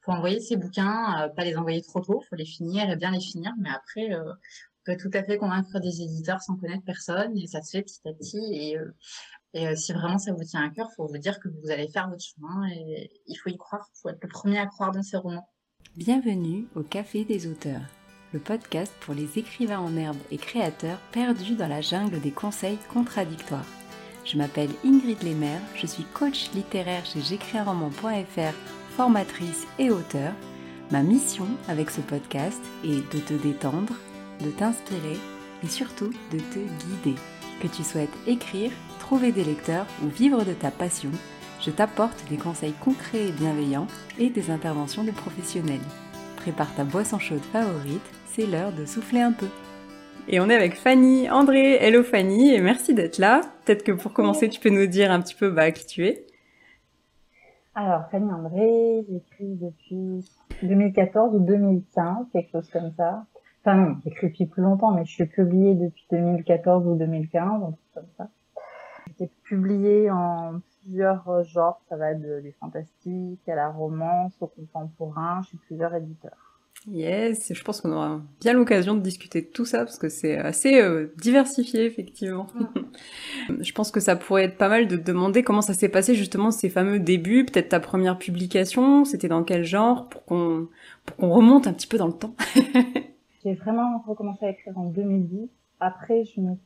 faut envoyer ses bouquins, pas les envoyer trop tôt, faut les finir et bien les finir, mais après, on peut tout à fait convaincre des éditeurs sans connaître personne et ça se fait petit à petit si vraiment ça vous tient à cœur, faut vous dire que vous allez faire votre chemin et il faut y croire, faut être le premier à croire dans ses romans. Bienvenue au Café des auteurs, le podcast pour les écrivains en herbe et créateurs perdus dans la jungle des conseils contradictoires. Je m'appelle Ingrid Lemaire, je suis coach littéraire chez j'écrisunroman.fr, formatrice et auteure. Ma mission avec ce podcast est de te détendre, de t'inspirer et surtout de te guider. Que tu souhaites écrire, trouver des lecteurs ou vivre de ta passion, je t'apporte des conseils concrets et bienveillants et des interventions de professionnels. Prépare ta boisson chaude favorite, c'est l'heure de souffler un peu. Et on est avec Fanny André. Hello Fanny, et merci d'être là. Peut-être que pour commencer, tu peux nous dire un petit peu qui tu es. Alors, Fanny André, j'écris depuis 2014 ou 2015, quelque chose comme ça. Enfin non, j'écris depuis plus longtemps, mais je suis publiée depuis 2014 ou 2015, un truc comme ça. J'ai été publiée en plusieurs genres, ça va du fantastique à la romance, au contemporain, chez plusieurs éditeurs. Yes, je pense qu'on aura bien l'occasion de discuter de tout ça, parce que c'est assez diversifié, effectivement. Je pense que ça pourrait être pas mal de te demander comment ça s'est passé, justement, ces fameux débuts, peut-être ta première publication, c'était dans quel genre, pour qu'on remonte un petit peu dans le temps. J'ai vraiment recommencé à écrire en 2010. Après,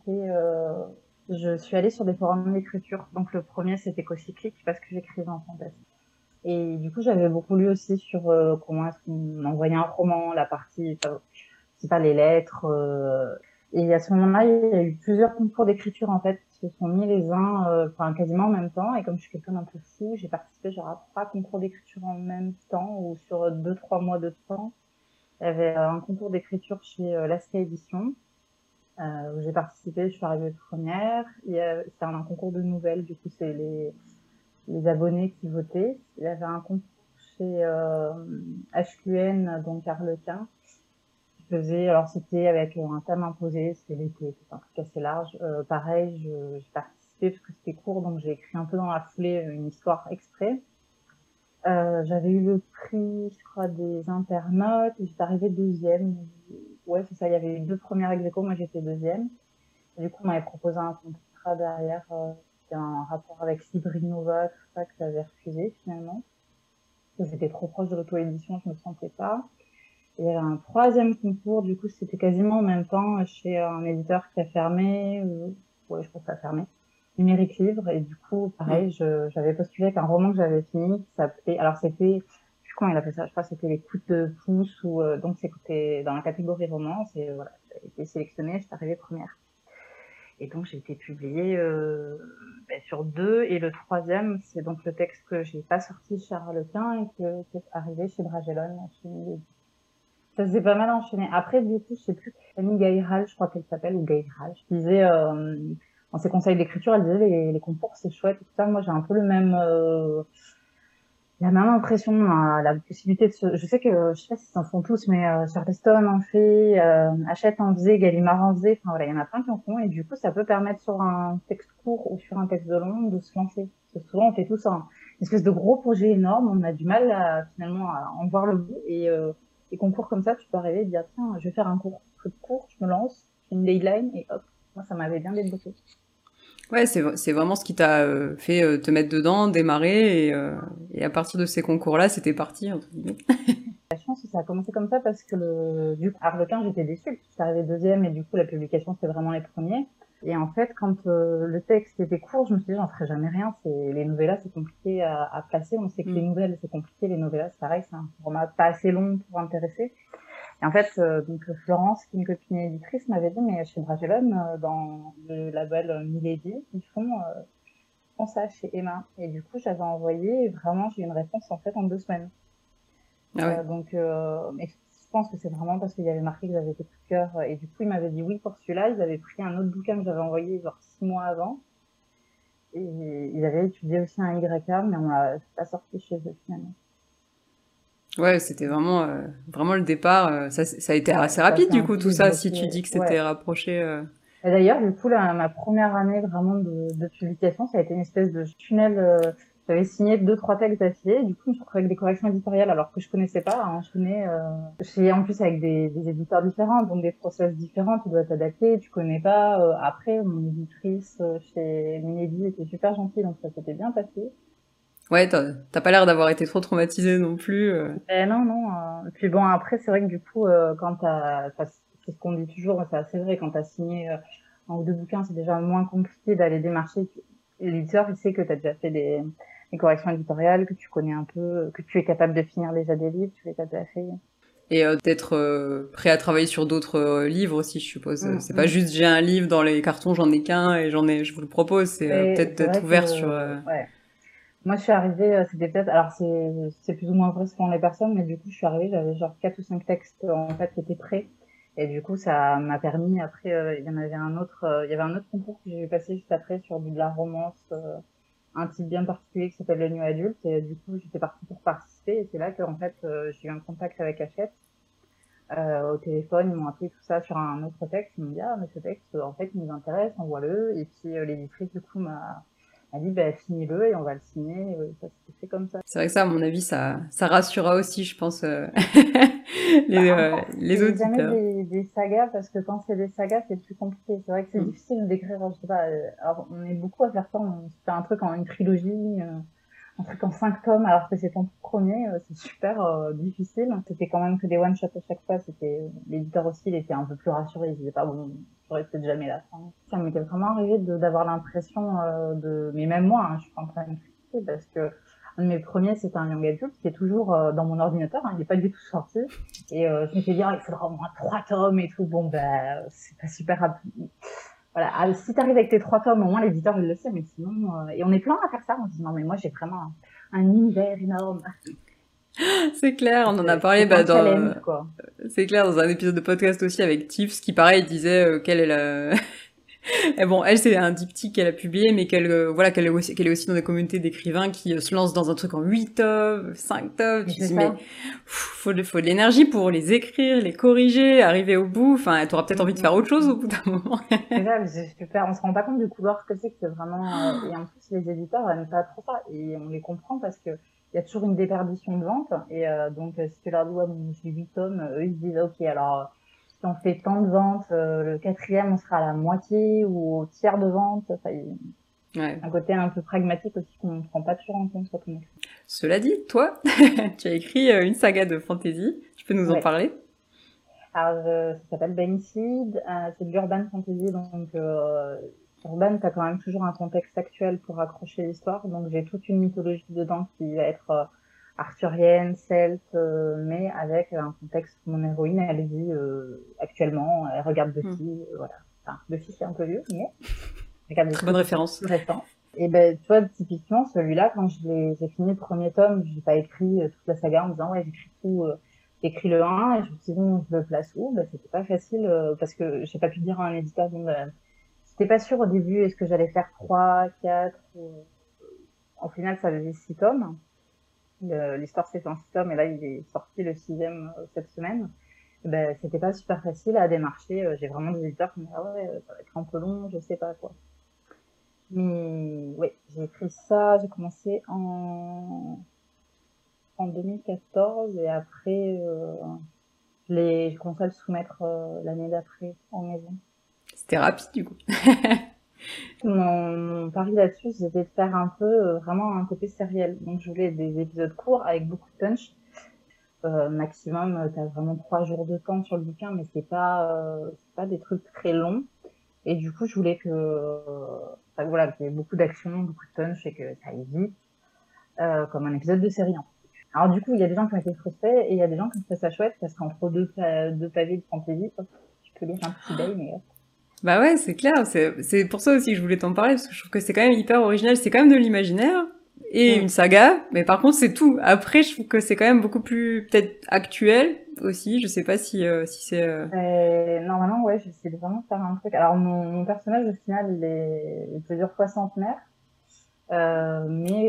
je suis allée sur des forums d'écriture. Donc le premier, c'était Cocyclique, parce que j'écrivais en fantastique. Et du coup, j'avais beaucoup lu aussi sur comment est-ce qu'on envoyait un roman, la partie, c'est pas les lettres. Et à ce moment-là, il y a eu plusieurs concours d'écriture en fait qui se sont mis les uns, quasiment en même temps. Et comme je suis quelqu'un d'un peu fou, j'ai participé genre à 3 concours d'écriture en même temps ou sur 2-3 mois de temps. Il y avait un concours d'écriture chez Lascaux Éditions où j'ai participé. Je suis arrivée première. C'était un concours de nouvelles. Du coup, c'est les abonnés qui votaient. Il y avait un concours chez HQN, donc Harlequin, qui faisait, alors c'était avec un thème imposé, c'était l'été, c'était un truc assez large. Pareil, j'ai participé parce que c'était court, donc j'ai écrit un peu dans la foulée une histoire exprès. J'avais eu le prix, je crois, des internautes, et j'étais arrivée deuxième. Ouais, c'est ça, il y avait eu 2 premières ex-aequo, moi j'étais deuxième. Et du coup, on m'avait proposé un contrat derrière, c'était un rapport avec Librinova, tout ça, que j'avais refusé finalement. Parce que j'étais trop proche de l'auto-édition, je me sentais pas. Et il y avait un 3e concours, du coup, c'était quasiment en même temps chez un éditeur qui a fermé, ouais, je pense que ça a fermé. Numérique Livre, et du coup, pareil, j'avais postulé avec un roman que j'avais fini, qui s'appelait, alors c'était, je sais plus comment il appelait ça, je crois que c'était Les coups de pouce, ou, donc c'était dans la catégorie romance, et voilà, j'ai été sélectionnée, j'étais arrivée première. Et donc j'ai été publiée sur 2, et le 3e, c'est donc le texte que j'ai pas sorti chez Harlequin et qui est arrivé chez Bragelonne, chez Milady. Ça s'est pas mal enchaîné. Après, du coup, je sais plus, Camille Gaïral, je crois qu'elle s'appelle, ou Gaïral, je disais, dans ses conseils d'écriture, elle disait les concours, c'est chouette et tout ça. Moi, j'ai un peu la même impression, la possibilité je sais que, je sais pas si s'en font tous, mais Charleston en fait, Hachette en faisait, Gallimard en faisait, enfin voilà, il y en a plein qui en font, et du coup, ça peut permettre sur un texte court ou sur un texte de long de se lancer. Parce que souvent, on fait tous une espèce de gros projet énorme, on a du mal finalement à en voir le bout, et les concours comme ça, tu peux arriver et dire, tiens, je vais faire un truc court, je me lance, je fais une deadline, et hop, moi, ça m'avait bien débloqué. Ouais, c'est vraiment ce qui t'a fait te mettre dedans, démarrer, et à partir de ces concours-là, c'était parti, entre guillemets. La chance, ça a commencé comme ça parce que du coup, Harlequin, j'étais déçue. Je suis arrivée deuxième, et du coup, la publication, c'était vraiment les premiers. Et en fait, quand le texte était court, je me suis dit, j'en ferai jamais rien. Les novellas, c'est compliqué à placer. On sait que les nouvelles, c'est compliqué. Les novellas, c'est pareil, c'est un format pas assez long pour intéresser. Et en fait, donc Florence, qui est une copine éditrice, m'avait dit, mais chez Bragelonne, dans le label Milady, ils font ça chez Emma. Et du coup, j'avais envoyé, et vraiment, j'ai eu une réponse en fait en 2 semaines. Ah ouais. Mais je pense que c'est vraiment parce qu'il y avait marqué que j'avais été coup de cœur, et du coup, ils m'avaient dit oui pour celui-là. Ils avaient pris un autre bouquin que j'avais envoyé genre 6 mois avant, et ils avaient étudié aussi un YK, mais on l'a pas sorti chez eux finalement. Ouais, c'était vraiment le départ. Ça a été assez Ça rapide, s'est du un coup, peu tout ça, si tu débloqué. dis que c'était Ouais. rapproché. Et d'ailleurs, du coup, ma première année vraiment de publication, ça a été une espèce de tunnel J'avais signé 2-3 textes d'affilée, du coup, je me suis retrouvée avec des corrections éditoriales alors que je connaissais pas, enchaîner. En plus avec des éditeurs différents, donc des process différents, tu dois t'adapter, tu connais pas. Après, mon éditrice chez Minedi était super gentille, donc ça s'était bien passé. Ouais, t'as pas l'air d'avoir été trop traumatisée non plus. Non, non. Puis bon, après, c'est vrai que du coup, quand c'est ce qu'on dit toujours, c'est assez vrai, quand t'as signé un ou deux bouquins, c'est déjà moins compliqué d'aller démarcher. L'éditeur, il sait que t'as déjà fait des corrections éditoriales, que tu connais un peu, que tu es capable de finir déjà des livres, tu les as déjà fait. Et d'être prêt à travailler sur d'autres livres aussi, je suppose. C'est pas Mm. juste j'ai un livre dans les cartons, j'en ai qu'un et je vous le propose. C'est peut-être C'est d'être vrai ouvert sur. que, ouais. Moi, je suis arrivée, c'était peut-être, alors c'est plus ou moins vrai selon les personnes, mais du coup, je suis arrivée, j'avais genre 4 ou 5 textes, en fait, qui étaient prêts. Et du coup, ça m'a permis, après, il y avait un autre concours que j'ai vu passer juste après sur de la romance, un type bien particulier qui s'appelle le New Adult. Et du coup, j'étais partie pour participer. Et c'est là que, en fait, j'ai eu un contact avec Hachette, au téléphone. Ils m'ont appris tout ça sur un autre texte. Ils m'ont dit, ah, mais ce texte, en fait, il nous intéresse, envoie-le. Et puis, l'éditrice, du coup, m'a dit, bah, signe-le et on va le signer. Ça s'est fait comme ça. C'est vrai que ça, à mon avis, ça rassurera aussi, je pense, Encore, les c'est jamais auditeurs. des sagas, parce que quand c'est des sagas, c'est plus compliqué. C'est vrai que c'est Mm. difficile d'écrire, je sais pas, alors on est beaucoup à faire ça, on fait un truc en une trilogie, un truc en 5 tomes, alors que c'est ton tout premier, c'est super difficile. C'était quand même que des one-shots à chaque fois, l'éditeur aussi, il était un peu plus rassuré, il disait pas, bon, j'aurais peut-être jamais la fin. Ça m'était vraiment arrivé d'avoir l'impression mais même moi, hein, je suis pas en train de critiquer, parce que un de mes premiers, c'était un young adult qui est toujours dans mon ordinateur, hein, il n'est pas du tout sorti. Et je m'étais dit, oh, il faudra au moins 3 tomes et tout. Bon, ben, c'est pas super rapide. Voilà. Ah, si t'arrives avec tes 3 tomes, au moins l'éditeur il le sait, mais sinon, et on est plein à faire ça. On se dit, non, mais moi j'ai vraiment un univers énorme. C'est clair, on en a parlé C'est un dans. challenge, quoi. C'est clair, dans un épisode de podcast aussi avec Tiffs, qui pareil disait quelle est la. Et bon, elle, c'est un diptyque qu'elle a publié, mais qu'elle est aussi dans des communautés d'écrivains qui se lancent dans un truc en 8 tomes, 5 tomes. Mais Tu te c'est dis, mais ça. faut de l'énergie pour les écrire, les corriger, arriver au bout. Enfin, t'auras peut-être Mm, envie de faire mm. autre chose au bout d'un moment. C'est ça, c'est super. On se rend pas compte du couloir que c'est vraiment. Et en plus, les éditeurs n'aiment pas trop ça. Et on les comprend parce que il y a toujours une déperdition de vente. Et donc, si tu leur dis, ouais, bon, j'ai 8 tomes, eux, ils se disent, ok, alors, si on fait tant de ventes, le quatrième, on sera à la moitié ou au tiers de vente. Enfin, il y Ouais. a un côté un peu pragmatique aussi qu'on ne prend pas toujours en compte quand on écrit. Cela dit, toi, tu as écrit une saga de fantasy. Tu peux nous en Ouais. parler? Alors, ça s'appelle Baneseed, c'est de l'urban fantasy, donc urban, t'as quand même toujours un contexte actuel pour accrocher l'histoire, donc j'ai toute une mythologie dedans qui va être arthurienne, celte, mais avec un contexte où mon héroïne, elle vit actuellement, elle regarde Buffy, voilà. Enfin, Buffy c'est un peu vieux, mais elle regarde des Très bonne trucs référence. plus récents. Et ben, tu vois, typiquement, celui-là, quand j'ai fini le premier tome, j'ai pas écrit toute la saga en me disant, ouais, j'écris tout, j'écris le 1, et je me suis dit, bon, je le place où? Ben, c'était pas facile, parce que j'ai pas pu dire à un éditeur, bon, ben, j'étais pas sûre au début, est-ce que j'allais faire 3, 4, au final, ça faisait 6 tomes. L'histoire s'est fait en 6 tomes, et là, il est sorti le 6e cette semaine. Et ben, c'était pas super facile à démarcher, j'ai vraiment des éditeurs qui me disent, ah ouais, ça va être un peu long, je sais pas quoi. Mais oui, j'ai écrit ça, j'ai commencé en 2014 et après j'ai commencé à le soumettre l'année d'après en maison. C'était rapide du coup. Mon pari là-dessus, c'était de faire un peu vraiment un côté sériel. Donc je voulais des épisodes courts avec beaucoup de punch. Maximum, t'as vraiment 3 jours de temps sur le bouquin, mais c'est pas des trucs très longs. Et du coup, je voulais enfin, voilà, qu'il y ait beaucoup d'action, beaucoup de punch et que ça aille vite, comme un épisode de série. Alors du coup, il y a des gens qui ont été frustrés et il y a des gens qui ont trouvé ça chouette parce qu'entre deux pavés de fantasy, hop, tu peux lire un petit bail, mais Bah ouais, c'est clair. C'est pour ça aussi que je voulais t'en parler, parce que je trouve que c'est quand même hyper original. C'est quand même de l'imaginaire et une saga, mais par contre, c'est tout. Après, je trouve que c'est quand même beaucoup plus, peut-être, actuel aussi. Je sais pas si c'est... Normalement, ouais, j'essaie de vraiment faire un truc. Alors, mon personnage, au final, il est plusieurs fois centenaire. Mais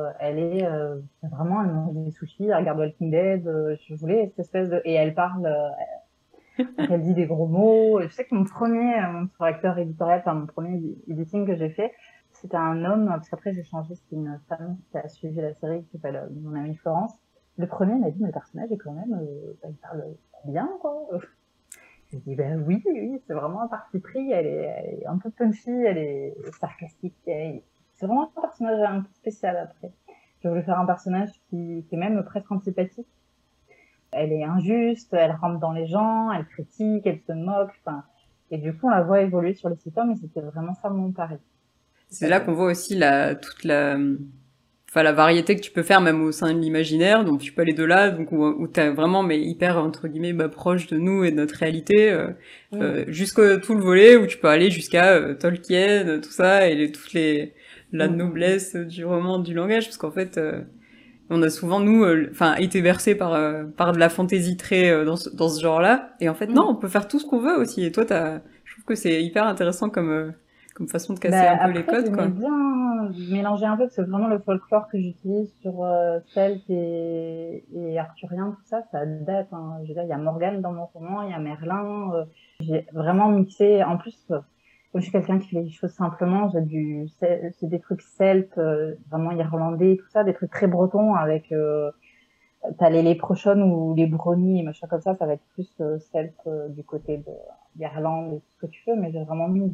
elle mange des sushis, elle regarde Walking Dead. Je voulais cette espèce de... Et elle parle... donc elle dit des gros mots. Je sais que mon correcteur éditorial, enfin mon premier editing que j'ai fait, c'était un homme, parce qu'après j'ai changé, c'était une femme qui a suivi la série, qui s'appelle Mon amie Florence. Le premier m'a dit, mais le personnage est quand même, il parle bien, quoi. J'ai dit, ben oui, oui, c'est vraiment un parti pris, elle est un peu punchy, elle est sarcastique, c'est vraiment un personnage un peu spécial après. Je voulais faire un personnage qui est même presque antipathique. Elle est injuste, elle rentre dans les gens, elle critique, elle se moque, enfin, et du coup on la voit évoluer sur les 6 tomes et c'était vraiment ça mon pari. C'est là qu'on voit aussi toute la variété que tu peux faire même au sein de l'imaginaire, donc tu peux aller de là, donc où t'es vraiment mais hyper entre guillemets proche de nous et de notre réalité, jusqu'à tout le volet où tu peux aller jusqu'à Tolkien, tout ça et la noblesse du roman, du langage, parce qu'en fait on a souvent nous été versés par de la fantaisie très dans ce genre-là, et en fait non, on peut faire tout ce qu'on veut aussi. Et toi je trouve que c'est hyper intéressant comme façon de casser un peu les codes, quoi. Bien mélanger un peu, parce que vraiment le folklore que j'utilise sur Celte et arthurien, tout ça, ça date. Hein. Je veux dire, il y a Morgane dans mon roman, il y a Merlin. J'ai vraiment mixé. En plus, comme je suis quelqu'un qui fait les choses simplement, c'est des trucs celtes, vraiment irlandais, tout ça, des trucs très bretons avec. T'as les léprochaunes ou les brownies et machin comme ça va être plus celte du côté d'Irlande et tout ce que tu veux, mais j'ai vraiment mis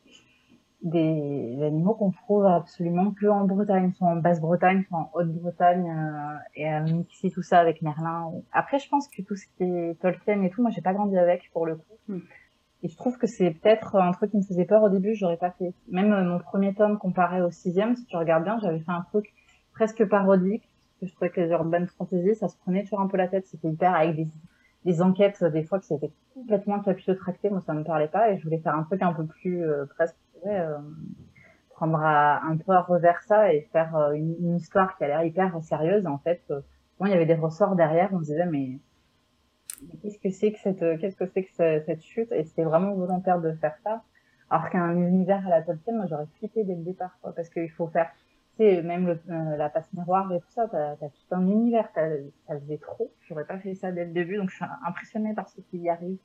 des animaux qu'on trouve absolument que en Bretagne, soit en Basse-Bretagne, soit en Haute-Bretagne, et à mixer tout ça avec Merlin. Après, je pense que tout ce qui est Tolkien et tout, moi, j'ai pas grandi avec, pour le coup. Et je trouve que c'est peut-être un truc qui me faisait peur au début, j'aurais pas fait. Même mon premier tome comparé au 6e, si tu regardes bien, j'avais fait un truc presque parodique, parce que je trouvais que les urban fantasy, ça se prenait sur un peu la tête, c'était hyper avec des enquêtes, des fois, qui étaient complètement capillotractées, moi, ça me parlait pas, et je voulais faire un truc un peu plus, presque, prendre un peu à revers ça et faire une histoire qui a l'air hyper sérieuse. En fait, il y avait des ressorts derrière, on se disait, mais qu'est-ce que c'est que cette chute? Et c'était vraiment volontaire de faire ça. Alors qu'un univers à la Tolkien, moi, j'aurais flippé dès le départ, quoi, parce qu'il faut faire, tu sais, même la passe miroir et tout ça, t'as tout un univers, ça faisait trop. J'aurais pas fait ça dès le début, donc je suis impressionnée par ce qui y arrive.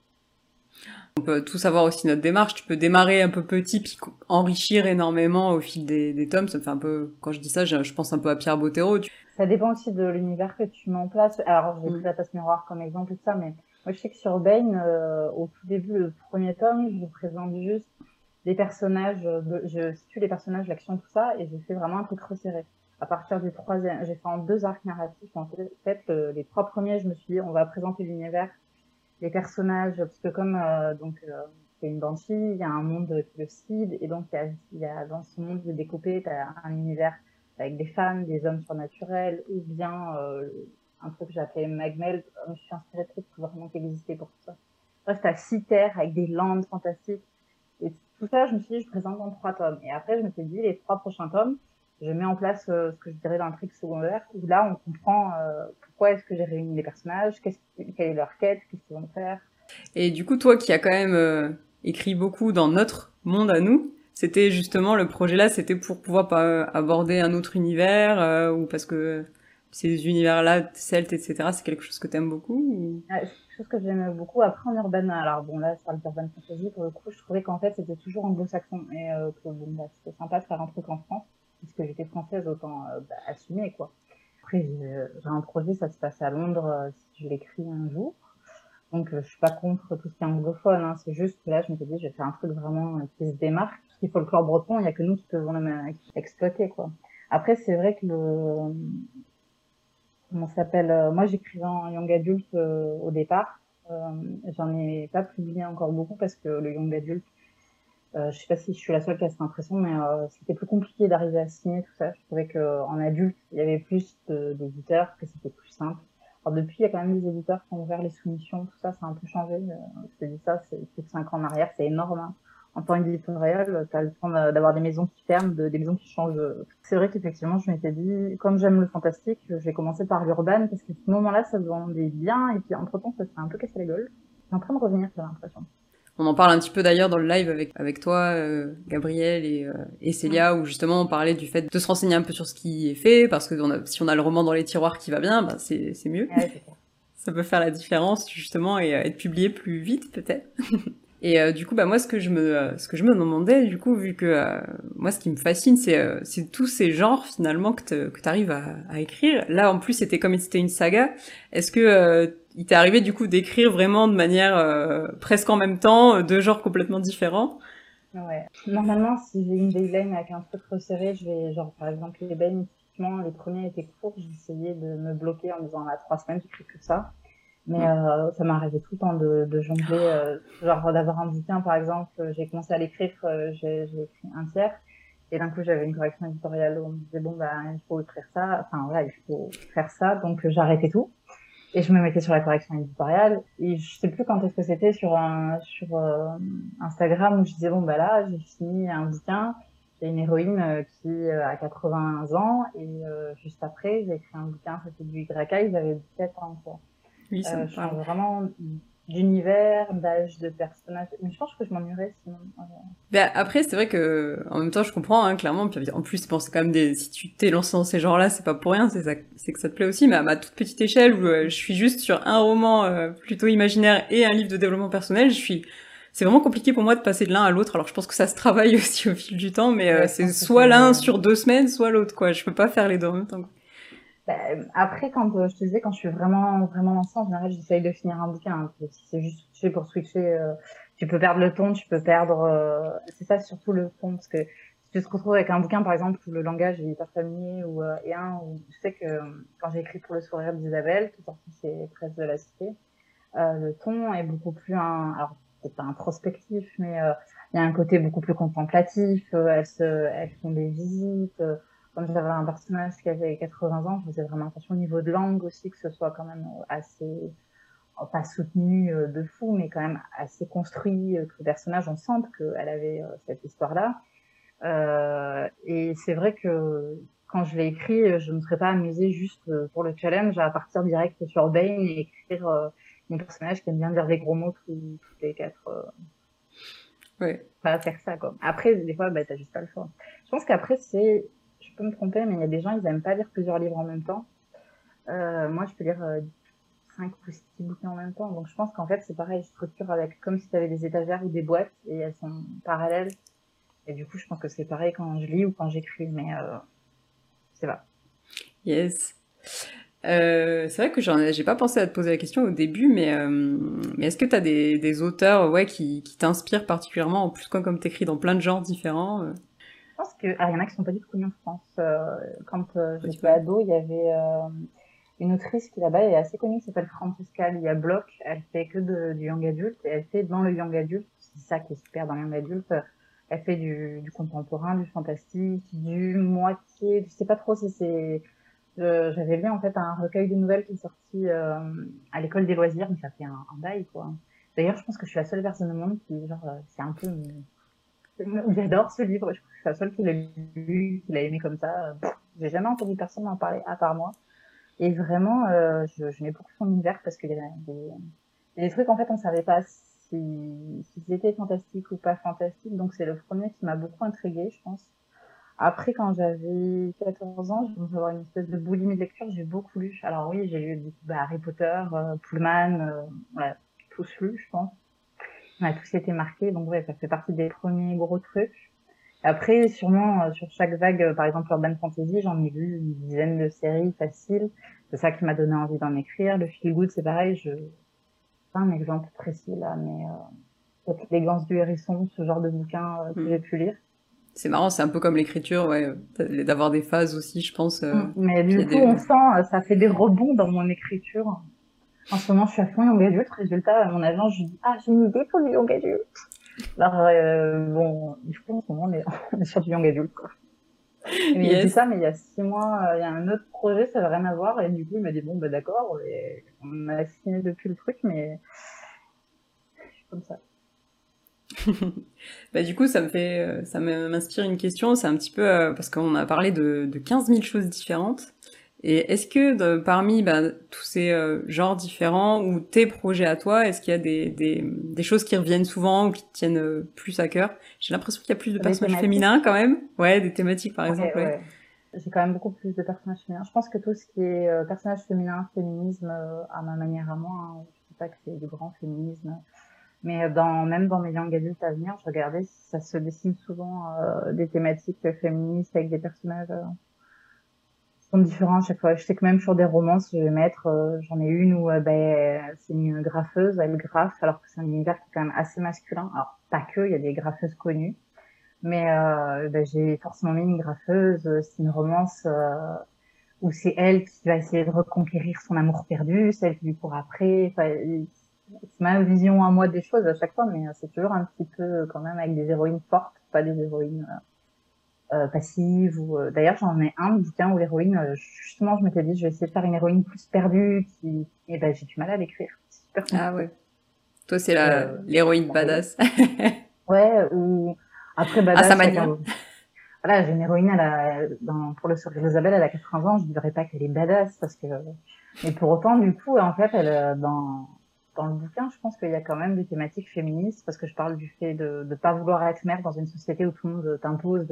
On peut tout savoir aussi notre démarche. Tu peux démarrer un peu petit puis enrichir énormément au fil des tomes. Ça me fait un peu, quand je dis ça, je pense un peu à Pierre Bottero. Ça dépend aussi de l'univers que tu mets en place. Alors, j'ai pris la passe miroir comme exemple et tout ça, mais moi, je sais que sur Bane, au tout début, le premier tome, je vous présente juste des personnages, je situe les personnages, l'action, tout ça, et je fais vraiment un truc resserré. À partir du troisième, j'ai fait en 2 arcs narratifs. En fait, les 3 premiers, je me suis dit, on va présenter l'univers, les personnages, parce que comme c'est une banshee, il y a un monde qui le cide, et donc il y a dans ce monde découpé, t'as un univers avec des femmes, des hommes surnaturels, ou bien un truc que j'appelais Magmel. Je me suis inspirée de trucs vraiment qui existaient pour tout ça. Bref, t'as 6 terres avec des landes fantastiques. Et tout ça, je me suis dit, je présente en 3 tomes. Et après, je me suis dit, les 3 prochains tomes, je mets en place ce que je dirais l'intrigue secondaire, où là, on comprend pourquoi est-ce que j'ai réuni les personnages, quelle est leur quête, qu'est-ce qu'ils vont faire. Et du coup, toi qui as quand même écrit beaucoup dans notre monde à nous, c'était justement le projet là, c'était pour pouvoir aborder un autre univers ou parce que ces univers-là, celtes, etc., c'est quelque chose que t'aimes beaucoup ou... C'est quelque chose que j'aime beaucoup. Après, en urban, alors bon, là, sur l'urban fantasy, pour le coup, je trouvais qu'en fait, c'était toujours anglo-saxon et que bon, bah, c'était sympa de faire un truc en France, puisque j'étais française, autant assumer, quoi. Après, j'ai un projet, ça se passe à Londres, si je l'écris un jour. Donc, je suis pas contre tout ce qui est anglophone, hein. C'est juste que là, je me suis dit, je vais faire un truc vraiment qui se démarque. Tout ce qui est folklore breton, il y a que nous qui pouvons exploiter, quoi. Après, c'est vrai que comment ça s'appelle, moi, j'écrivais en young adulte au départ. J'en ai pas publié encore beaucoup parce que le young adulte, je sais pas si je suis la seule qui a cette impression, mais c'était plus compliqué d'arriver à signer tout ça. Je trouvais qu'en adulte, il y avait plus d'éditeurs, que c'était plus simple. Alors depuis, il y a quand même des éditeurs qui ont ouvert les soumissions, tout ça, ça a un peu changé. Je te dis ça, c'est plus de 5 ans en arrière, c'est énorme. Hein. En temps éditorial, t'as le temps d'avoir des maisons qui ferment, des maisons qui changent. C'est vrai qu'effectivement, je m'étais dit, comme j'aime le fantastique, j'ai commencé par l'urban, parce qu'à ce moment-là, ça se vendait bien, et puis entre-temps, ça s'est un peu cassé la gueule. C'est en train de revenir, j'ai l'impression. On en parle un petit peu d'ailleurs dans le live avec toi, Gabriel et Célia, où justement on parlait du fait de se renseigner un peu sur ce qui est fait, parce que si on a le roman dans les tiroirs qui va bien, bah c'est mieux. Ouais, c'est ça. Ça peut faire la différence justement et être publié plus vite peut-être. Et du coup, bah moi, ce que je me demandais, du coup, vu que moi, ce qui me fascine, c'est tous ces genres finalement que t'arrives à écrire. Là, en plus, c'était comme si c'était une saga. Est-ce que il t'est arrivé du coup d'écrire vraiment de manière presque en même temps, deux genres complètement différents? Ouais. Normalement, si j'ai une deadline avec un truc resserré, je vais, genre, par exemple, les bains, typiquement, les premiers étaient courts, j'essayais de me bloquer en disant, à 3 semaines, j'écris que ça. Mais Mm. ça m'arrivait tout le temps de jongler, genre d'avoir un bouquin, par exemple, j'ai commencé à l'écrire, j'ai écrit un tiers, et d'un coup, j'avais une correction éditoriale où on me disait, bon, bah, il faut écrire ça, enfin, voilà, il faut faire ça, donc j'arrêtais tout. Et je me mettais sur la correction éditoriale. Et je sais plus quand est-ce que c'était sur Instagram où je disais bon bah là j'ai fini un bouquin. J'ai une héroïne qui a 80 ans et juste après j'ai écrit un bouquin, c'était du YK, ils avaient 17 ans quoi. Oui, ça me Je parle. change vraiment d'univers, d'âge, de personnage. Mais je pense que je m'ennuierais sinon. Ben après, c'est vrai que en même temps, je comprends hein, clairement. Puis en plus, bon, c'est quand même des. Si tu t'es lancé dans ces genres-là, c'est pas pour rien. C'est que ça te plaît aussi. Mais à ma toute petite échelle, où je suis juste sur un roman plutôt imaginaire et un livre de développement personnel, c'est vraiment compliqué pour moi de passer de l'un à l'autre. Alors je pense que ça se travaille aussi au fil du temps, mais Ouais, je c'est pense que soit l'un sur 2 semaines, soit l'autre, quoi. Je peux pas faire les deux en même temps. bah, après, quand je te disais, quand je suis vraiment vraiment lancée, en général, j'essaye de finir un bouquin. Hein. Si c'est juste switcher pour switcher, tu peux perdre le ton, tu peux perdre. C'est ça surtout le ton, parce que si tu te retrouves avec un bouquin, par exemple, où le langage est hyper familier, ou et un où je sais que quand j'ai écrit pour le sourire d'Isabelle, qui est sorti chez Presse de la Cité, le ton est beaucoup plus alors c'est pas introspectif, mais il y a un côté beaucoup plus contemplatif. Elles font des visites. Comme j'avais un personnage qui avait 80 ans, je faisais vraiment attention au niveau de langue aussi, que ce soit quand même assez, pas soutenu de fou, mais quand même assez construit, que le personnage, on sente qu'elle avait cette histoire-là. Et c'est vrai que quand je l'ai écrit, je ne me serais pas amusée juste pour le challenge à partir direct sur Bane et écrire mon personnage qui aime bien dire des gros mots tous les quatre. Ouais. Pas faire ça, quoi. Après, des fois, bah, t'as juste pas le choix. Je pense qu'après, je peux me tromper, mais il y a des gens, ils aiment pas lire plusieurs livres en même temps. Moi, je peux lire 5 ou 6 bouquins en même temps. Donc, je pense qu'en fait, c'est pareil, je structure avec, comme si t'avais des étagères ou des boîtes et elles sont parallèles. Et du coup, je pense que c'est pareil quand je lis ou quand j'écris, mais c'est pas. Yes. C'est vrai que j'ai pas pensé à te poser la question au début, mais est-ce que t'as des auteurs ouais, qui t'inspirent particulièrement, en plus comme t'écris dans plein de genres différents Je pense que, il y en a qui sont pas du tout connus en France. Quand j'étais ouais. ado, il y avait une autrice qui là-bas est assez connue, qui s'appelle Francesca Lia Bloch. Elle fait que du young adulte et elle fait dans le young adulte, c'est ça qui est super dans le young adulte. Elle fait du contemporain, du fantastique, du moitié, je sais pas trop si c'est. J'avais lu en fait un recueil de nouvelles qui est sorti à l'école des loisirs, mais ça fait un bail quoi. D'ailleurs, je pense que je suis la seule personne au monde qui genre c'est un peu j'adore ce livre, je crois que je suis la seule qui l'a lu, qui l'a aimé comme ça. J'ai jamais entendu personne en parler à part moi. Et vraiment, je mets beaucoup son univers parce qu'il y a il y a des trucs en fait on savait pas si c'était fantastique ou pas fantastique. Donc c'est le premier qui m'a beaucoup intriguée, je pense. Après, quand j'avais 14 ans, je commençais à avoir une espèce de boulimie de lecture. J'ai beaucoup lu. Alors oui, j'ai lu Harry Potter, Pullman, voilà, tous lus, je pense. On a tous été marqués. Donc ouais, ça fait partie des premiers gros trucs. Après, sûrement, sur chaque vague, par exemple, Urban Fantasy, j'en ai lu une dizaine de séries faciles. C'est ça qui m'a donné envie d'en écrire. Le feel good, c'est pareil. Pas un exemple précis là, mais peut-être l'élégance du hérisson, ce genre de bouquin que j'ai Mm. pu lire. C'est marrant, c'est un peu comme l'écriture, ouais, d'avoir des phases aussi, je pense. Mais Puis il y du a coup, des... on sent, ça fait des rebonds dans mon écriture. En ce moment, je suis à fond young adulte. Résultat, à mon agent, je lui dis, ah, j'ai une idée pour du young adulte. Alors, bon, du coup, en ce moment, on est sur du young adulte, quoi. Et il dit Yes. ça, mais il y a 6 mois, il y a un autre projet, ça n'a rien à voir. Et du coup, il m'a dit, bon, bah, d'accord, et on a signé depuis le truc, mais je suis comme ça. Bah, du coup, ça m'inspire une question. C'est un petit peu parce qu'on a parlé de 15 000 choses différentes. Et est-ce que parmi bah, tous ces genres différents ou tes projets à toi, est-ce qu'il y a des choses qui reviennent souvent ou qui te tiennent plus à cœur? J'ai l'impression qu'il y a plus de Des personnages féminins thématiques, quand même. Ouais, des thématiques par ouais, exemple, ouais. ouais. J'ai quand même beaucoup plus de personnages féminins. Je pense que tout ce qui est personnage féminin, féminisme, à ma manière à moi, hein, je dis pas que c'est du grand féminisme. Mais même dans mes young adultes à venir, je regardais si ça se dessine souvent des thématiques féministes avec des personnages qui sont différents à chaque fois. Je sais que même sur des romances, je vais mettre, j'en ai une où c'est une graffeuse, elle graffe, alors que c'est un univers qui est quand même assez masculin. Alors pas que, il y a des graffeuses connues, mais j'ai forcément mis une graffeuse. C'est une romance où c'est elle qui va essayer de reconquérir son amour perdu, c'est elle qui lui court après. Enfin, c'est ma vision à moi des choses à chaque fois, mais c'est toujours un petit peu quand même avec des héroïnes fortes, pas des héroïnes passives. D'ailleurs, j'en ai un bouquin où l'héroïne, justement, je m'étais dit, je vais essayer de faire une héroïne plus perdue, et j'ai du mal à l'écrire. C'est super Ah compliqué. ouais. Toi, c'est Et, l'héroïne j'arrive. badass. Ouais, ou après À sa badass, manière. chacun. Voilà, j'ai une héroïne, pour le sourire d'Isabelle, elle a 80 ans, je dirais pas qu'elle est badass, parce que, mais pour autant, du coup, en fait, dans le bouquin, je pense qu'il y a quand même des thématiques féministes, parce que je parle du fait de pas vouloir être mère dans une société où tout le monde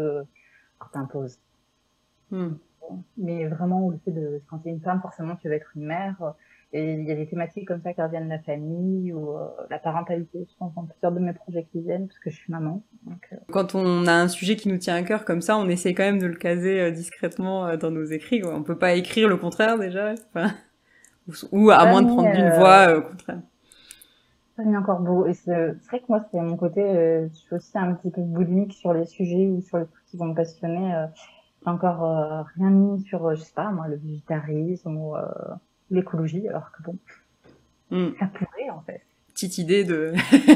t'impose. Hmm. Mais vraiment, où le fait quand t'es une femme, forcément, tu veux être une mère. Et il y a des thématiques comme ça qui reviennent de la famille ou la parentalité, je pense, dans plusieurs de mes projets qui viennent, parce que je suis maman. Donc, Quand on a un sujet qui nous tient à cœur comme ça, on essaie quand même de le caser discrètement dans nos écrits, quoi. On peut pas écrire le contraire déjà, enfin, ou à moins de mais prendre d'une voix au contraire. ça mis encore beau. Et c'est vrai que moi, c'est mon côté, je suis aussi un petit peu boulimique sur les sujets ou sur les trucs qui vont me passionner. J'ai encore rien mis sur, je sais pas, moi, le végétarisme ou l'écologie, alors que bon, Hmm. ça pourrait, en fait. Petite idée de,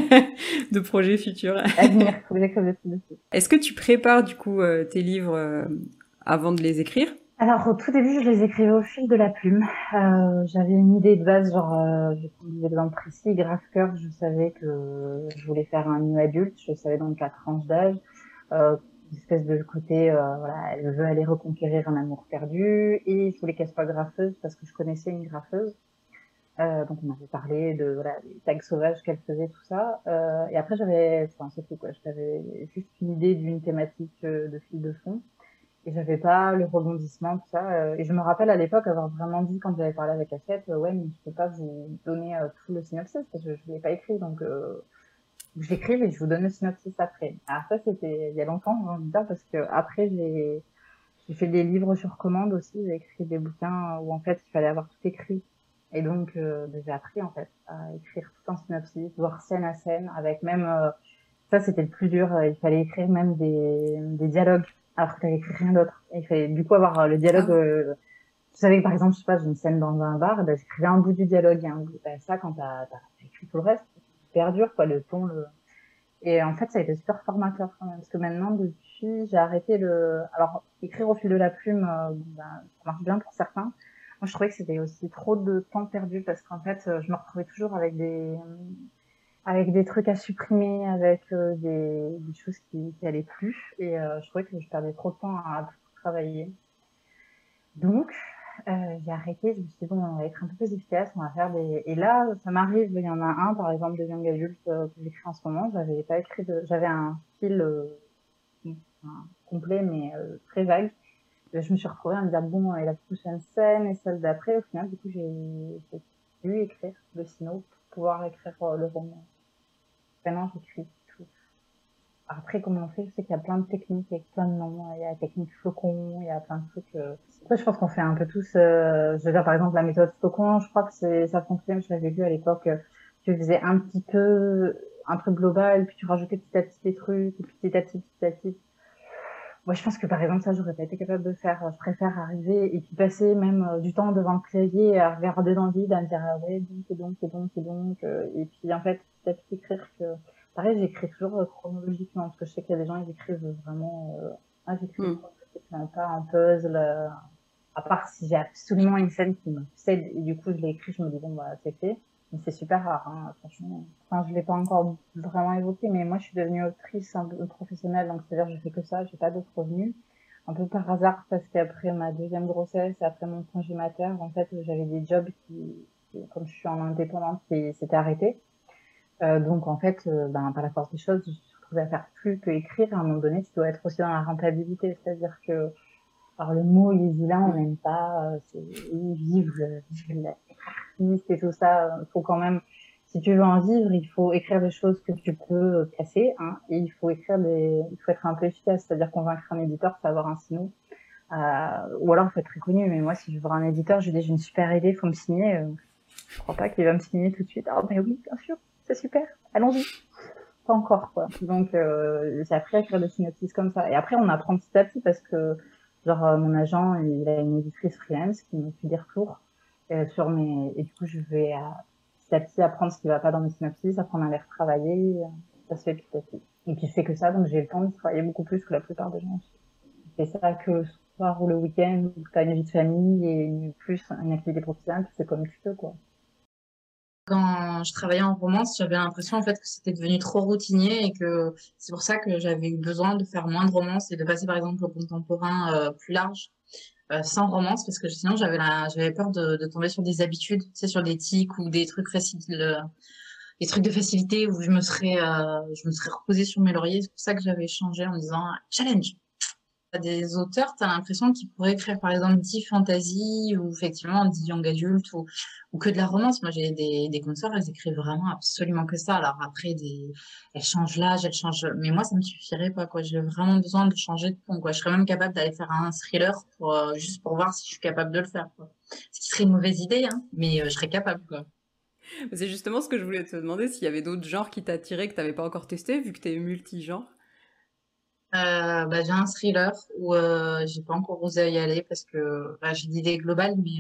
de projet futur. À venir, faut que j'écrive dessus. Est-ce que tu prépares du coup tes livres avant de les écrire? Alors, au tout début, je les écrivais au fil de la plume. J'avais une idée de base, genre, je vais prendre des exemples précis. Grave-cœur, je savais que je voulais faire un new adulte, je savais dans quelle tranche d'âge. Une espèce de côté, voilà, elle veut aller reconquérir un amour perdu, et je voulais qu'elle soit graffeuse parce que je connaissais une graffeuse. Donc on avait parlé de voilà, les tags sauvages qu'elle faisait, tout ça. Et après enfin c'est tout quoi, j'avais juste une idée d'une thématique de fil de fond. Et j'avais pas le rebondissement, tout ça. Et je me rappelle à l'époque avoir vraiment dit, quand j'avais parlé avec Hachette, ouais, mais je peux pas vous donner tout le synopsis parce que je l'ai pas écrit. Donc, j'écrive et je vous donne le synopsis après. Alors ça, c'était il y a longtemps, j'ai envie de dire, parce que après, j'ai fait des livres sur commande aussi. J'ai écrit des bouquins où, en fait, il fallait avoir tout écrit. Et donc, j'ai appris, en fait, à écrire tout un synopsis, voir scène à scène, avec même, ça, c'était le plus dur. Il fallait écrire même des dialogues, alors que t'avais écrit rien d'autre. Et il fallait du coup avoir le Ah dialogue. ouais. Tu savais que par exemple, je sais pas, j'ai une scène dans un bar, et ben, j'écrivais un bout du dialogue et un bout. Ben, ça, quand t'as écrit tout le reste, c'est super dur, quoi, le ton, Et en fait, ça a été super formateur quand même, parce que maintenant, depuis, j'ai arrêté Alors, écrire au fil de la plume, ben, ça marche bien pour certains. Moi, je trouvais que c'était aussi trop de temps perdu, parce qu'en fait, je me retrouvais toujours avec des trucs à supprimer, avec des choses qui allaient plus. Et je trouvais que je perdais trop de temps à travailler. Donc, j'ai arrêté. Je me suis dit, bon, on va être un peu plus efficace, on va faire des... Et là, ça m'arrive, il y en a un, par exemple, de Young Adult que j'écris en ce moment. J'avais un fil complet, mais très vague. Et je me suis retrouvée à me dire, bon, et la prochaine scène et celle d'après, au final, du coup, j'ai dû écrire le sino pour pouvoir écrire le roman. Maintenant, j'écris tout. Après, comment on fait? Je sais qu'il y a plein de techniques avec plein de noms. Il y a la technique flocon, il y a plein de trucs. Après, je pense qu'on fait un peu tous. Je veux dire, par exemple, la méthode flocon, je crois que ça fonctionne. Je l'avais vu à l'époque. Tu faisais un truc global, puis tu rajoutais petit à petit des trucs, et puis petit à petit, petit à petit. Moi, je pense que par exemple, ça, j'aurais pas été capable de faire. Je préfère arriver et puis passer même du temps devant le clavier à regarder dans le vide, à me dire, ah ouais, donc, et donc, et donc, et donc. Et puis, en fait, petit à petit écrire que, pareil, j'écris toujours chronologiquement, parce que je sais qu'il y a des gens, ils écrivent vraiment, j'écris Hmm. chronologiquement, pas en puzzle, à part si j'ai absolument une scène qui m'obsède, et du coup, je l'ai écrit, je me dis, bon, bah, c'est fait. Mais c'est super rare, hein, franchement. Enfin, je l'ai pas encore vraiment évoqué, mais moi, je suis devenue autrice un peu professionnelle, donc c'est-à-dire, je fais que ça, j'ai pas d'autres revenus. Un peu par hasard, parce qu'après ma deuxième grossesse, et après mon congé mater, en fait, j'avais des jobs comme je suis en indépendante, qui s'étaient arrêtés. Donc, en fait, par la force des choses, je me suis retrouvée à faire plus que écrire. À un moment donné, tu dois être aussi dans la rentabilité, c'est-à-dire que, alors le mot il est vilain, on n'aime pas, c'est vive l'artiste et tout ça. Il faut quand même, si tu veux en vivre, il faut écrire des choses que tu peux casser, hein, et il faut être un peu efficace, c'est-à-dire convaincre un éditeur, faut avoir un sinon. Ou alors, faut être très connu. Mais moi, si je veux voir un éditeur, je lui dis, j'ai une super idée, faut me signer. Je crois pas qu'il va me signer tout de suite. Ah, ben oui, bien sûr, c'est super, allons-y. Pas encore, quoi. Donc, j'ai appris à écrire des synopsis comme ça. Et après, on apprend petit à petit parce que, genre, mon agent, il a une éditrice freelance qui me fait des retours et du coup, je vais petit à petit apprendre ce qui va pas dans mes synopsis, apprendre à les retravailler. Ça se fait petit à petit. Et puis, je fais que ça, donc j'ai le temps de travailler beaucoup plus que la plupart des gens. Je fais ça que le soir ou le week-end, où t'as une vie de famille et plus une activité professionnelle, tu fais comme tu peux, quoi. Quand je travaillais en romance, j'avais l'impression en fait que c'était devenu trop routinier et que c'est pour ça que j'avais eu besoin de faire moins de romances et de passer par exemple au contemporain plus large, sans romance, parce que sinon j'avais peur de tomber sur des habitudes, tu sais, sur des tics ou des trucs faciles, des trucs de facilité où je me serais reposée sur mes lauriers. C'est pour ça que j'avais changé en me disant challenge. Des auteurs, tu as l'impression qu'ils pourraient écrire par exemple 10 fantasy ou effectivement 10 young adult ou que de la romance. Moi j'ai des consoeurs, elles écrivent vraiment absolument que ça. Alors après, elles changent l'âge, elles changent. Mais moi ça me suffirait pas, quoi. J'ai vraiment besoin de changer de ton, quoi. Je serais même capable d'aller faire un thriller juste pour voir si je suis capable de le faire, quoi. Ce qui serait une mauvaise idée, hein, mais je serais capable, quoi. C'est justement ce que je voulais te demander, s'il y avait d'autres genres qui t'attiraient que t'avais pas encore testé, vu que t'es multi-genre. J'ai un thriller où j'ai pas encore osé y aller parce que j'ai l'idée globale, mais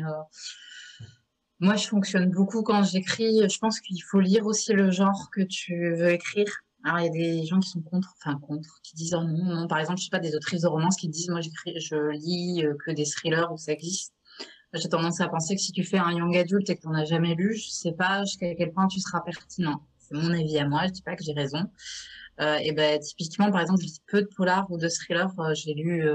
moi, je fonctionne beaucoup quand j'écris. Je pense qu'il faut lire aussi le genre que tu veux écrire. Alors, il y a des gens qui sont contre, qui disent oh non, non. Par exemple, je sais pas, des autrices de romance qui disent moi, je lis que des thrillers où ça existe. J'ai tendance à penser que si tu fais un young adult et que tu n'en as jamais lu, je sais pas jusqu'à quel point tu seras pertinent. C'est mon avis à moi, je dis pas que j'ai raison. Et ben, typiquement, par exemple, je lis peu de polars ou de thrillers. J'ai lu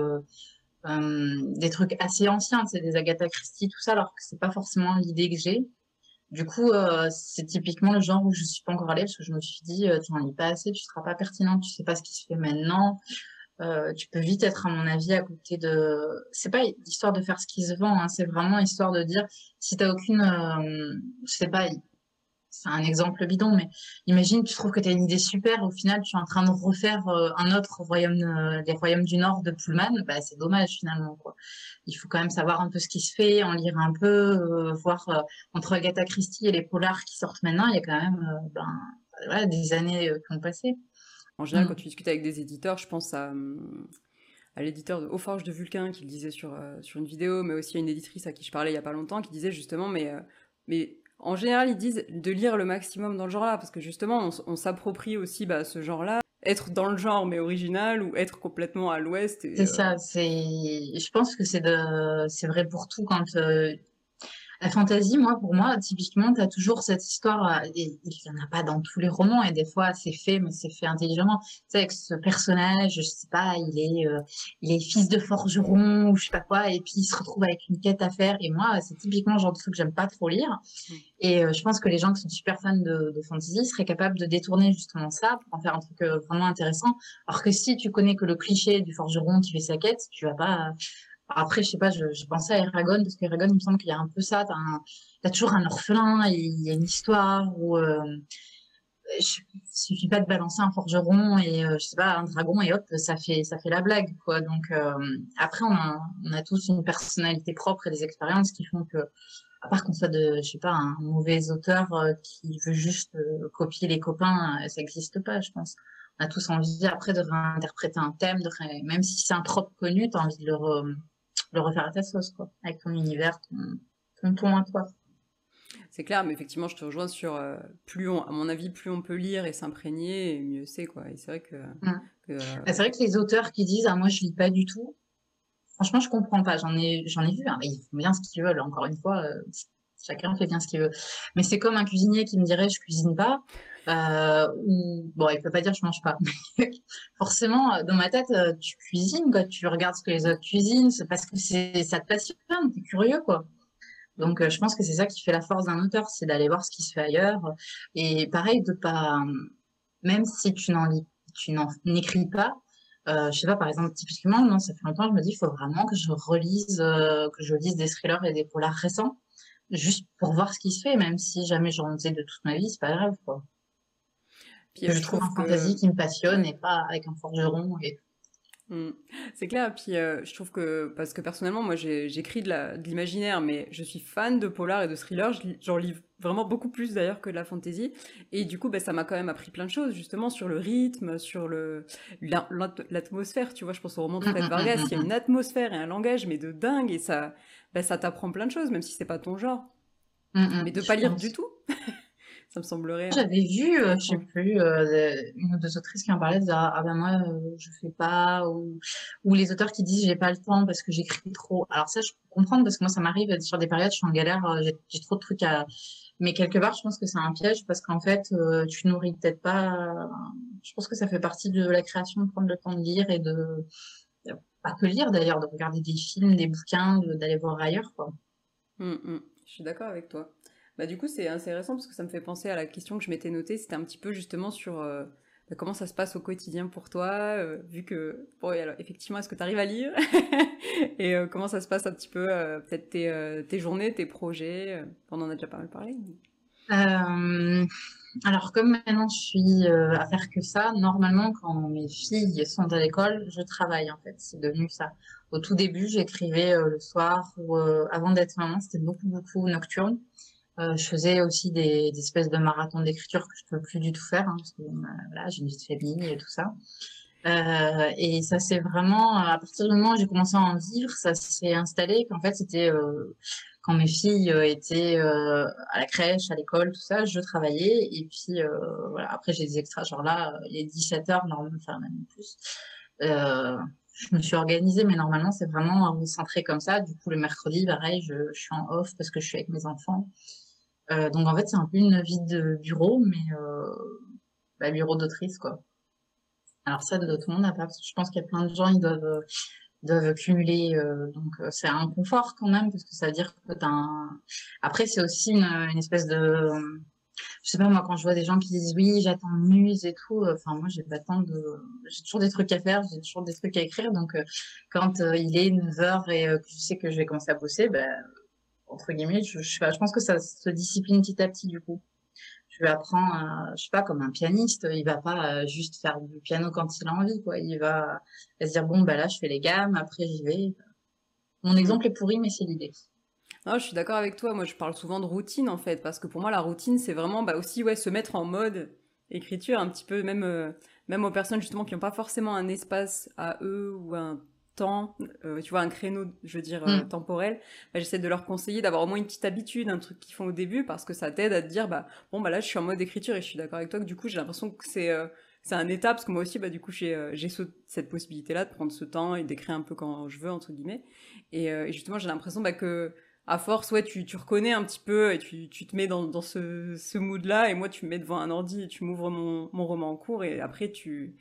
des trucs assez anciens, c'est des Agatha Christie, tout ça, alors que c'est pas forcément l'idée que j'ai. Du coup, c'est typiquement le genre où je suis pas encore allée parce que je me suis dit, tu n'en lis pas assez, tu seras pas pertinent, tu sais pas ce qui se fait maintenant. Tu peux vite être, à mon avis, à côté de. C'est pas histoire de faire ce qui se vend, hein, c'est vraiment histoire de dire si t'as aucune, je sais pas, c'est un exemple bidon, mais imagine, tu trouves que tu as une idée super, au final, tu es en train de refaire un autre royaume, les royaumes du Nord de Pullman, bah, c'est dommage finalement, quoi. Il faut quand même savoir un peu ce qui se fait, en lire un peu, voir entre Agatha Christie et les polars qui sortent maintenant, il y a quand même voilà, des années qui ont passé. En général, Mm. quand tu discutes avec des éditeurs, je pense à l'éditeur de Aux Forges de Vulcain qui le disait sur une vidéo, mais aussi à une éditrice à qui je parlais il y a pas longtemps qui disait justement, mais en général, ils disent de lire le maximum dans le genre-là, parce que justement, on s'approprie aussi ce genre-là, être dans le genre mais original ou être complètement à l'ouest. C'est ça, je pense que c'est vrai pour tout quand la fantasy, pour moi, typiquement, tu as toujours cette histoire, et il n'y en a pas dans tous les romans, et des fois c'est fait, mais c'est fait intelligemment. Tu sais, avec ce personnage, je sais pas, il est fils de forgeron, ou je sais pas quoi, et puis il se retrouve avec une quête à faire, et moi, c'est typiquement le genre de truc que j'aime pas trop lire. Et je pense que les gens qui sont super fans de fantasy seraient capables de détourner justement ça pour en faire un truc vraiment intéressant. Alors que si tu connais que le cliché du forgeron qui fait sa quête, tu vas pas. Après, je sais pas, je pensais à Eragon, parce qu'Eragon, il me semble qu'il y a un peu ça. T'as toujours un orphelin, et il y a une histoire où il suffit pas de balancer un forgeron et je sais pas, un dragon et hop, ça fait la blague, quoi. Donc après, on a tous une personnalité propre et des expériences qui font que, à part qu'on soit je sais pas, un mauvais auteur qui veut juste copier les copains, ça n'existe pas, je pense. On a tous envie après de réinterpréter un thème, même si c'est un trope connu, t'as envie de le refaire à ta sauce, quoi, avec ton univers, ton ton à toi. C'est clair, mais effectivement, je te rejoins sur à mon avis, plus on peut lire et s'imprégner, et mieux c'est, quoi. Et c'est vrai que, Mm. que, C'est vrai que les auteurs qui disent, ah, moi, je lis pas du tout, franchement, je comprends pas. J'en ai vu, hein, mais ils font bien ce qu'ils veulent. Encore une fois, chacun fait bien ce qu'il veut. Mais c'est comme un cuisinier qui me dirait, je cuisine pas, ou bon, il peut pas dire je mange pas. Forcément, dans ma tête, tu cuisines, quoi. Tu regardes ce que les autres cuisinent, c'est parce que ça te passionne, t'es curieux, quoi. Donc, je pense que c'est ça qui fait la force d'un auteur, c'est d'aller voir ce qui se fait ailleurs. Et pareil, de pas, même si tu n'en écris pas, je sais pas, par exemple, typiquement, non, ça fait longtemps, je me dis, il faut vraiment que je relise des thrillers et des polars récents. juste pour voir ce qui se fait, même si jamais j'en faisais de toute ma vie, c'est pas grave, quoi. Puis Que je je trouve un trouve fantasy que qui me passionne et pas avec un forgeron et Mmh. C'est clair, puis je trouve que, parce que personnellement, moi j'écris de l'imaginaire, mais je suis fan de polar et de thriller, j'en lis vraiment beaucoup plus d'ailleurs que de la fantasy, et du coup, bah, ça m'a quand même appris plein de choses, justement, sur le rythme, sur l'atmosphère, tu vois, je pense au roman de Fred Vargas, il y a une atmosphère et un langage, mais de dingue, et ça, bah, ça t'apprend plein de choses, même si c'est pas ton genre. Mais de je pas lire du pense. tout, ça me semblerait J'avais vu, je sais étrange. plus, une ou deux autrices qui en parlaient, disaient, ah ben moi, je fais pas, ou les auteurs qui disent j'ai pas le temps parce que j'écris trop. Alors ça, je peux comprendre parce que moi, ça m'arrive sur des périodes, je suis en galère, j'ai trop de trucs à. Mais quelque part, je pense que c'est un piège parce qu'en fait, tu nourris peut-être pas. Je pense que ça fait partie de la création de prendre le temps de lire et de pas que lire d'ailleurs, de regarder des films, des bouquins, d'aller voir ailleurs, quoi. Je suis d'accord avec toi. Bah, du coup, c'est intéressant parce que ça me fait penser à la question que je m'étais notée. C'était un petit peu justement sur bah, comment ça se passe au quotidien pour toi, vu que, bon, et alors, effectivement, est-ce que tu arrives à lire? Et comment ça se passe un petit peu, peut-être tes journées, tes projets? On en a déjà pas mal parlé. Euh, alors, comme maintenant je suis à faire que ça, normalement, quand mes filles sont à l'école, je travaille en fait. C'est devenu ça. Au tout début, j'écrivais le soir ou avant d'être maman, c'était beaucoup nocturne. Je faisais aussi des espèces de marathons d'écriture que je peux plus du tout faire, hein, parce que voilà, j'ai une vie de famille et tout ça. Et ça c'est vraiment, à partir du moment où j'ai commencé à en vivre, ça s'est installé qu'en fait c'était quand mes filles étaient à la crèche, à l'école, tout ça, je travaillais. Et puis voilà, après j'ai des extras, genre là, il est 17 heures, normalement, enfin même plus. Euh, je me suis organisée, mais normalement c'est vraiment centré comme ça. Du coup, le mercredi, pareil, je suis en off parce que je suis avec mes enfants. Donc en fait, c'est un peu une vie de bureau, mais bah, bureau d'autrice, quoi. Alors ça, tout le monde n'a pas, parce que je pense qu'il y a plein de gens, doivent cumuler, donc c'est un confort quand même, parce que ça veut dire que t'as un. Après, c'est aussi une espèce de. Je sais pas, moi, quand je vois des gens qui disent oui, j'attends une muse et tout, enfin, moi, j'ai pas le temps de. J'ai toujours des trucs à faire, j'ai toujours des trucs à écrire, donc quand il est 9 heures et que je sais que je vais commencer à bosser, ben, entre guillemets, je pense que ça se discipline petit à petit, du coup. Tu apprends, je sais pas, comme un pianiste, il va pas juste faire du piano quand il a envie, quoi. Il va se dire, bon, bah là, je fais les gammes, après j'y vais. Mon Mm. exemple est pourri, mais c'est l'idée. Non, je suis d'accord avec toi. Moi, je parle souvent de routine en fait, parce que pour moi, la routine, c'est vraiment bah, aussi ouais, se mettre en mode écriture, un petit peu même, même aux personnes justement qui n'ont pas forcément un espace à eux ou un temps, tu vois, un créneau, je veux dire, Mm. temporel. Bah, j'essaie de leur conseiller d'avoir au moins une petite habitude, un truc qu'ils font au début, parce que ça t'aide à te dire, bah bon, bah là, je suis en mode écriture et je suis d'accord avec toi que du coup, j'ai l'impression que c'est un état, parce que moi aussi, bah du coup, j'ai cette possibilité-là de prendre ce temps et d'écrire un peu quand je veux, entre guillemets. Et justement, j'ai l'impression bah, que à force, ouais, tu reconnais un petit peu et tu te mets dans ce mood-là. Et moi, tu me mets devant un ordi et tu m'ouvres mon roman en cours. Et après,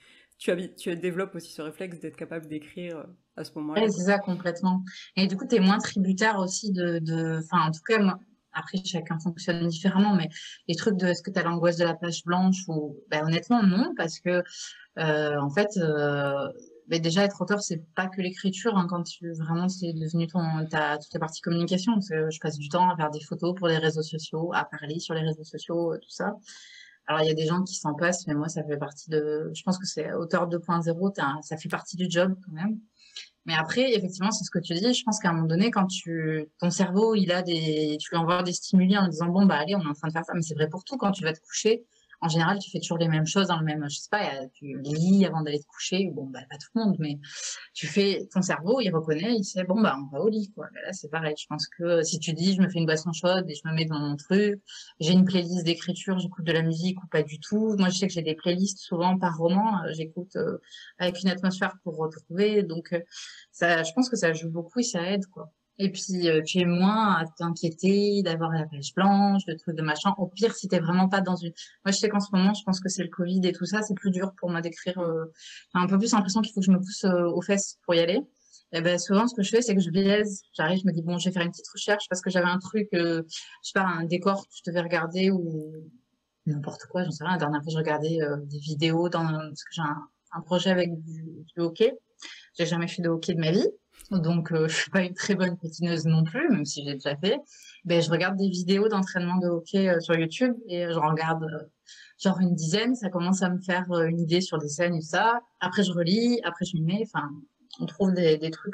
tu développes aussi ce réflexe d'être capable d'écrire à ce moment-là, Ouais, quoi. c'est ça, complètement. Et du coup, tu es moins tributaire aussi enfin, en tout cas, moi, après, chacun fonctionne différemment, mais les trucs de est-ce que tu as l'angoisse de la page blanche ou, ben, honnêtement, non, parce que en fait, mais déjà être auteur, c'est pas que l'écriture. Hein, quand tu vraiment c'est devenu t'as toute la partie communication. Parce que je passe du temps à faire des photos pour les réseaux sociaux, à parler sur les réseaux sociaux, tout ça. Alors il y a des gens qui s'en passent, mais moi ça fait partie de. Je pense que c'est auteur 2.0, ça fait partie du job quand même. Mais après, effectivement, c'est ce que tu dis. Je pense qu'à un moment donné, quand ton cerveau, tu lui envoies des stimuli en disant, bon, bah, allez, on est en train de faire ça. Mais c'est vrai pour tout. Quand tu vas te coucher, en général, tu fais toujours les mêmes choses dans le même, je sais pas, tu lis avant d'aller te coucher. Bon, bah, pas tout le monde, mais ton cerveau, il reconnaît, il sait, bon, bah, on va au lit, quoi. Bah, là, c'est pareil. Je pense que si tu dis, je me fais une boisson chaude et je me mets dans mon truc, j'ai une playlist d'écriture, j'écoute de la musique ou pas du tout. Moi, je sais que j'ai des playlists souvent par roman, j'écoute avec une atmosphère pour retrouver. Donc, ça, je pense que ça joue beaucoup et ça aide, quoi. Et puis, tu es moins à t'inquiéter d'avoir la page blanche, de trucs, de machin. Au pire, si t'es vraiment pas dans une. Moi, je sais qu'en ce moment, je pense que c'est le Covid et tout ça, c'est plus dur pour moi d'écrire. Mm. J'ai un peu plus l'impression qu'il faut que je me pousse aux fesses pour y aller. Et ben, souvent, ce que je fais, c'est que je biaise. J'arrive, je me dis, bon, je vais faire une petite recherche parce que j'avais un truc, je sais pas, un décor que je devais regarder ou n'importe quoi, j'en sais rien. La dernière fois, je regardais des vidéos parce que j'ai un projet avec du hockey. J'ai jamais fait de hockey de ma vie. Donc, je suis pas une très bonne patineuse non plus, même si j'ai déjà fait. Ben, je regarde des vidéos d'entraînement de hockey sur YouTube et je regarde genre une dizaine. Ça commence à me faire une idée sur des scènes et ça. Après, je relis. Après, je m'y mets. Enfin, on trouve des trucs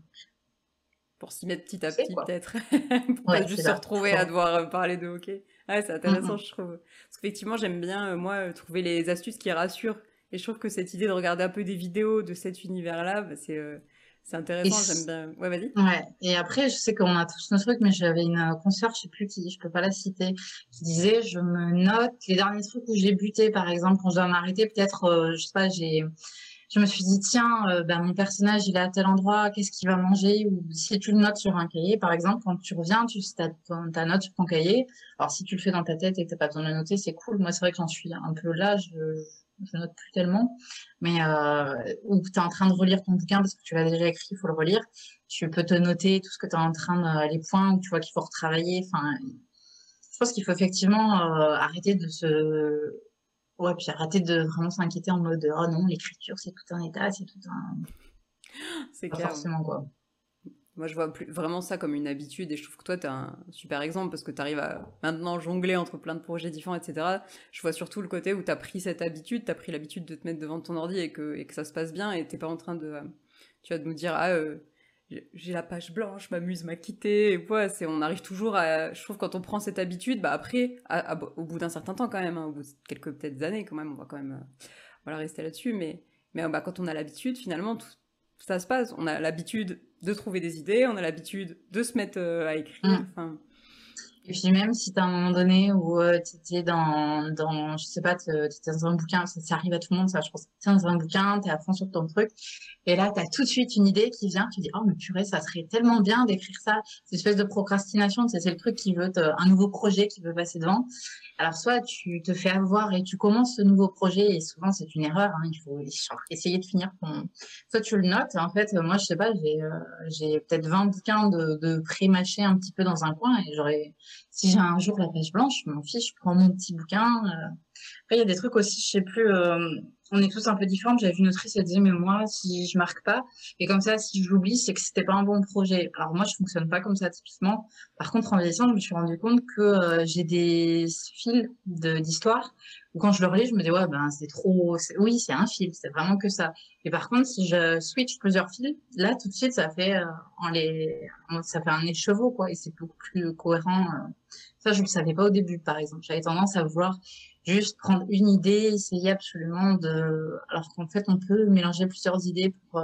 Pour s'y mettre petit à pousser, petit, quoi. peut-être. Pour pas Ouais, juste c'est se ça. retrouver à devoir parler de hockey. Ouais, c'est intéressant, Mhm. je trouve. Parce qu'effectivement, j'aime bien, moi, trouver les astuces qui rassurent. Et je trouve que cette idée de regarder un peu des vidéos de cet univers-là, bah, c'est Et, intéressant, j'aime bien. Ouais, vas-y. ouais. Et après, je sais qu'on a tous nos trucs, mais j'avais une consoeur, je sais plus qui, je peux pas la citer, qui disait, je me note les derniers trucs où j'ai buté, par exemple, quand je dois m'arrêter, peut-être, je sais pas, je me suis dit, tiens, ben, mon personnage, il est à tel endroit, qu'est-ce qu'il va manger? Ou si tu le notes sur un cahier, par exemple, quand tu reviens, tu as ta note sur ton cahier. Alors, si tu le fais dans ta tête et que t'as pas besoin de le noter, c'est cool. Moi, c'est vrai que j'en suis un peu là, je note plus tellement. Mais, ou tu es en train de relire ton bouquin parce que tu l'as déjà écrit, il faut le relire. Tu peux te noter tout ce que tu es en train les points où tu vois qu'il faut retravailler. Enfin, je pense qu'il faut effectivement arrêter de se ouais, puis arrêter de vraiment s'inquiéter en mode oh non, l'écriture c'est tout un état, c'est tout un. C'est Pas clair. forcément quoi. Moi, je vois vraiment ça comme une habitude et je trouve que toi, t'es un super exemple parce que t'arrives à maintenant jongler entre plein de projets différents, etc. Je vois surtout le côté où t'as pris cette habitude, t'as pris l'habitude de te mettre devant ton ordi et que ça se passe bien et t'es pas en train de, tu vas de nous dire, j'ai la page blanche, m'amuse m'a quitté, et ouais, on arrive toujours à, je trouve, quand on prend cette habitude, bah après, au bout d'un certain temps quand même, hein, au bout de quelques peut-être années quand même, on va quand même, voilà, rester là-dessus, mais bah, quand on a l'habitude, finalement, tout ça se passe. On a l'habitude de trouver des idées, on a l'habitude de se mettre à écrire. Mm. Enfin, Et puis même si t'as un moment donné où tu étais je sais pas, t'étais dans un bouquin, ça arrive à tout le monde, ça, je pense, t'es dans un bouquin, t'es à fond sur ton truc, et là t'as tout de suite une idée qui vient, tu dis oh mais purée, ça serait tellement bien d'écrire ça, cette espèce de procrastination, c'est le truc qui veut un nouveau projet qui veut passer devant. Alors soit tu te fais avoir et tu commences ce nouveau projet, et souvent c'est une erreur, hein, il faut genre, essayer de finir soit tu le notes, en fait, moi je sais pas, j'ai peut-être 20 bouquins de pré-mâchés un petit peu dans un coin, et si j'ai un jour la page blanche, je m'en fiche, je prends mon petit bouquin. Après, il y a des trucs aussi, je sais plus, on est tous un peu différents. J'avais vu une autrice, elle disait, mais moi, si je marque pas, et comme ça, si je l'oublie, c'est que c'était pas un bon projet. Alors moi, je fonctionne pas comme ça, typiquement. Par contre, en vieillissant, je me suis rendu compte que j'ai des fils d'histoire où quand je le relis, je me dis, ouais, ben, c'est trop, oui, c'est un fil, c'est vraiment que ça. Et par contre, si je switch plusieurs fils, là, tout de suite, ça fait, ça fait un écheveau, quoi, et c'est beaucoup plus cohérent. Ça, je ne le savais pas au début, par exemple. J'avais tendance à vouloir juste prendre une idée, essayer absolument de. Alors qu'en fait, on peut mélanger plusieurs idées pour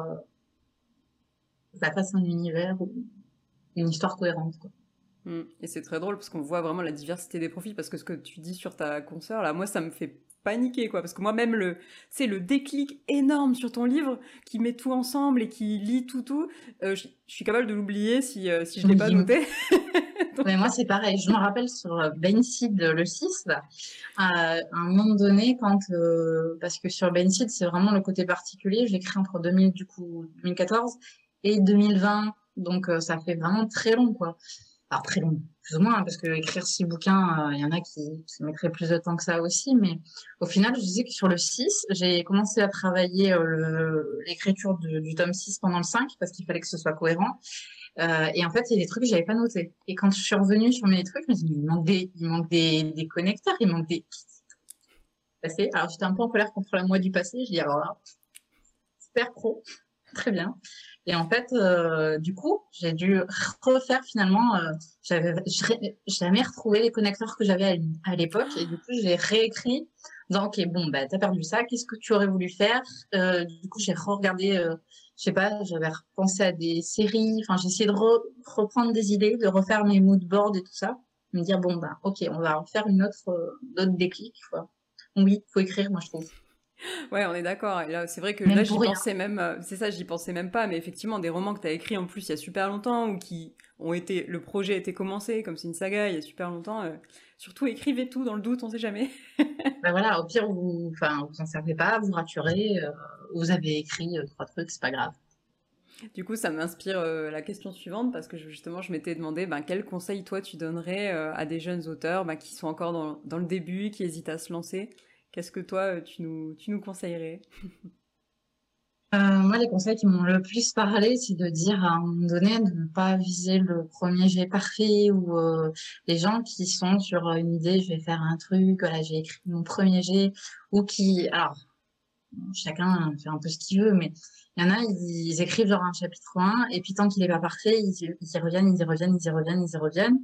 que ça fasse un univers ou une histoire cohérente, quoi. et c'est très drôle parce qu'on voit vraiment la diversité des profils. Parce que ce que tu dis sur ta consoeur, là, moi, ça me fait paniquer, quoi. Parce que moi-même, c'est le déclic énorme sur ton livre qui met tout ensemble et qui lit tout, je suis capable de l'oublier si je l'ai pas Oui. noté. Mais moi, c'est pareil. Je me rappelle sur Benseed, le 6, là, à un moment donné, parce que sur Benseed, c'est vraiment le côté particulier. Je l'ai écrit entre 2000, du coup, 2014 et 2020. Donc, ça fait vraiment très long, quoi. Alors, très long, plus ou moins, hein, parce que écrire 6 bouquins, il y en a qui mettraient plus de temps que ça aussi. Mais au final, je disais que sur le 6, j'ai commencé à travailler l'écriture du tome 6 pendant le 5, parce qu'il fallait que ce soit cohérent. Et en fait, il y a des trucs que j'avais pas notés. Et quand je suis revenue sur mes trucs, je me suis dit, il manque des connecteurs, il manque des passés. Alors, j'étais un peu en colère contre la moi du passé. Je dis, alors là, super pro, très bien. Et en fait, du coup, j'ai dû refaire finalement, j'avais jamais retrouvé les connecteurs que j'avais à l'époque. Et du coup, j'ai réécrit. Donc, ok, bon, bah, t'as perdu ça. Qu'est-ce que tu aurais voulu faire? Du coup, j'ai re-regardé, je sais pas, j'avais repensé à des séries. Enfin, j'ai essayé de reprendre des idées, de refaire mes mood boards et tout ça. Me dire, bon, bah, ok, on va refaire d'autres déclics, quoi. Oui, faut écrire, moi, je trouve. Ouais, on est d'accord. Et là, c'est vrai que là, Même j'y pour rien. pensais même. C'est ça, j'y pensais même pas. Mais effectivement, des romans que t'as écrits en plus il y a super longtemps ou qui ont été. Le projet a été commencé, comme c'est une saga il y a super longtemps. Surtout, écrivez tout dans le doute, on sait jamais. Ben voilà, au pire, vous en servez pas, vous raturez, vous avez écrit 3 trucs, c'est pas grave. Du coup, ça m'inspire la question suivante parce que justement, je m'étais demandé ben, quel conseil toi tu donnerais à des jeunes auteurs ben, qui sont encore dans le début, qui hésitent à se lancer. Qu'est-ce que toi tu nous conseillerais? Moi, les conseils qui m'ont le plus parlé, c'est de dire à un moment donné de ne pas viser le premier jet parfait ou les gens qui sont sur une idée, je vais faire un truc, voilà, j'ai écrit mon premier jet, ou qui, alors, chacun fait un peu ce qu'il veut, mais il y en a, ils écrivent genre un chapitre 1, et puis tant qu'il n'est pas parfait, ils y reviennent, ils y reviennent, ils y reviennent, ils y reviennent.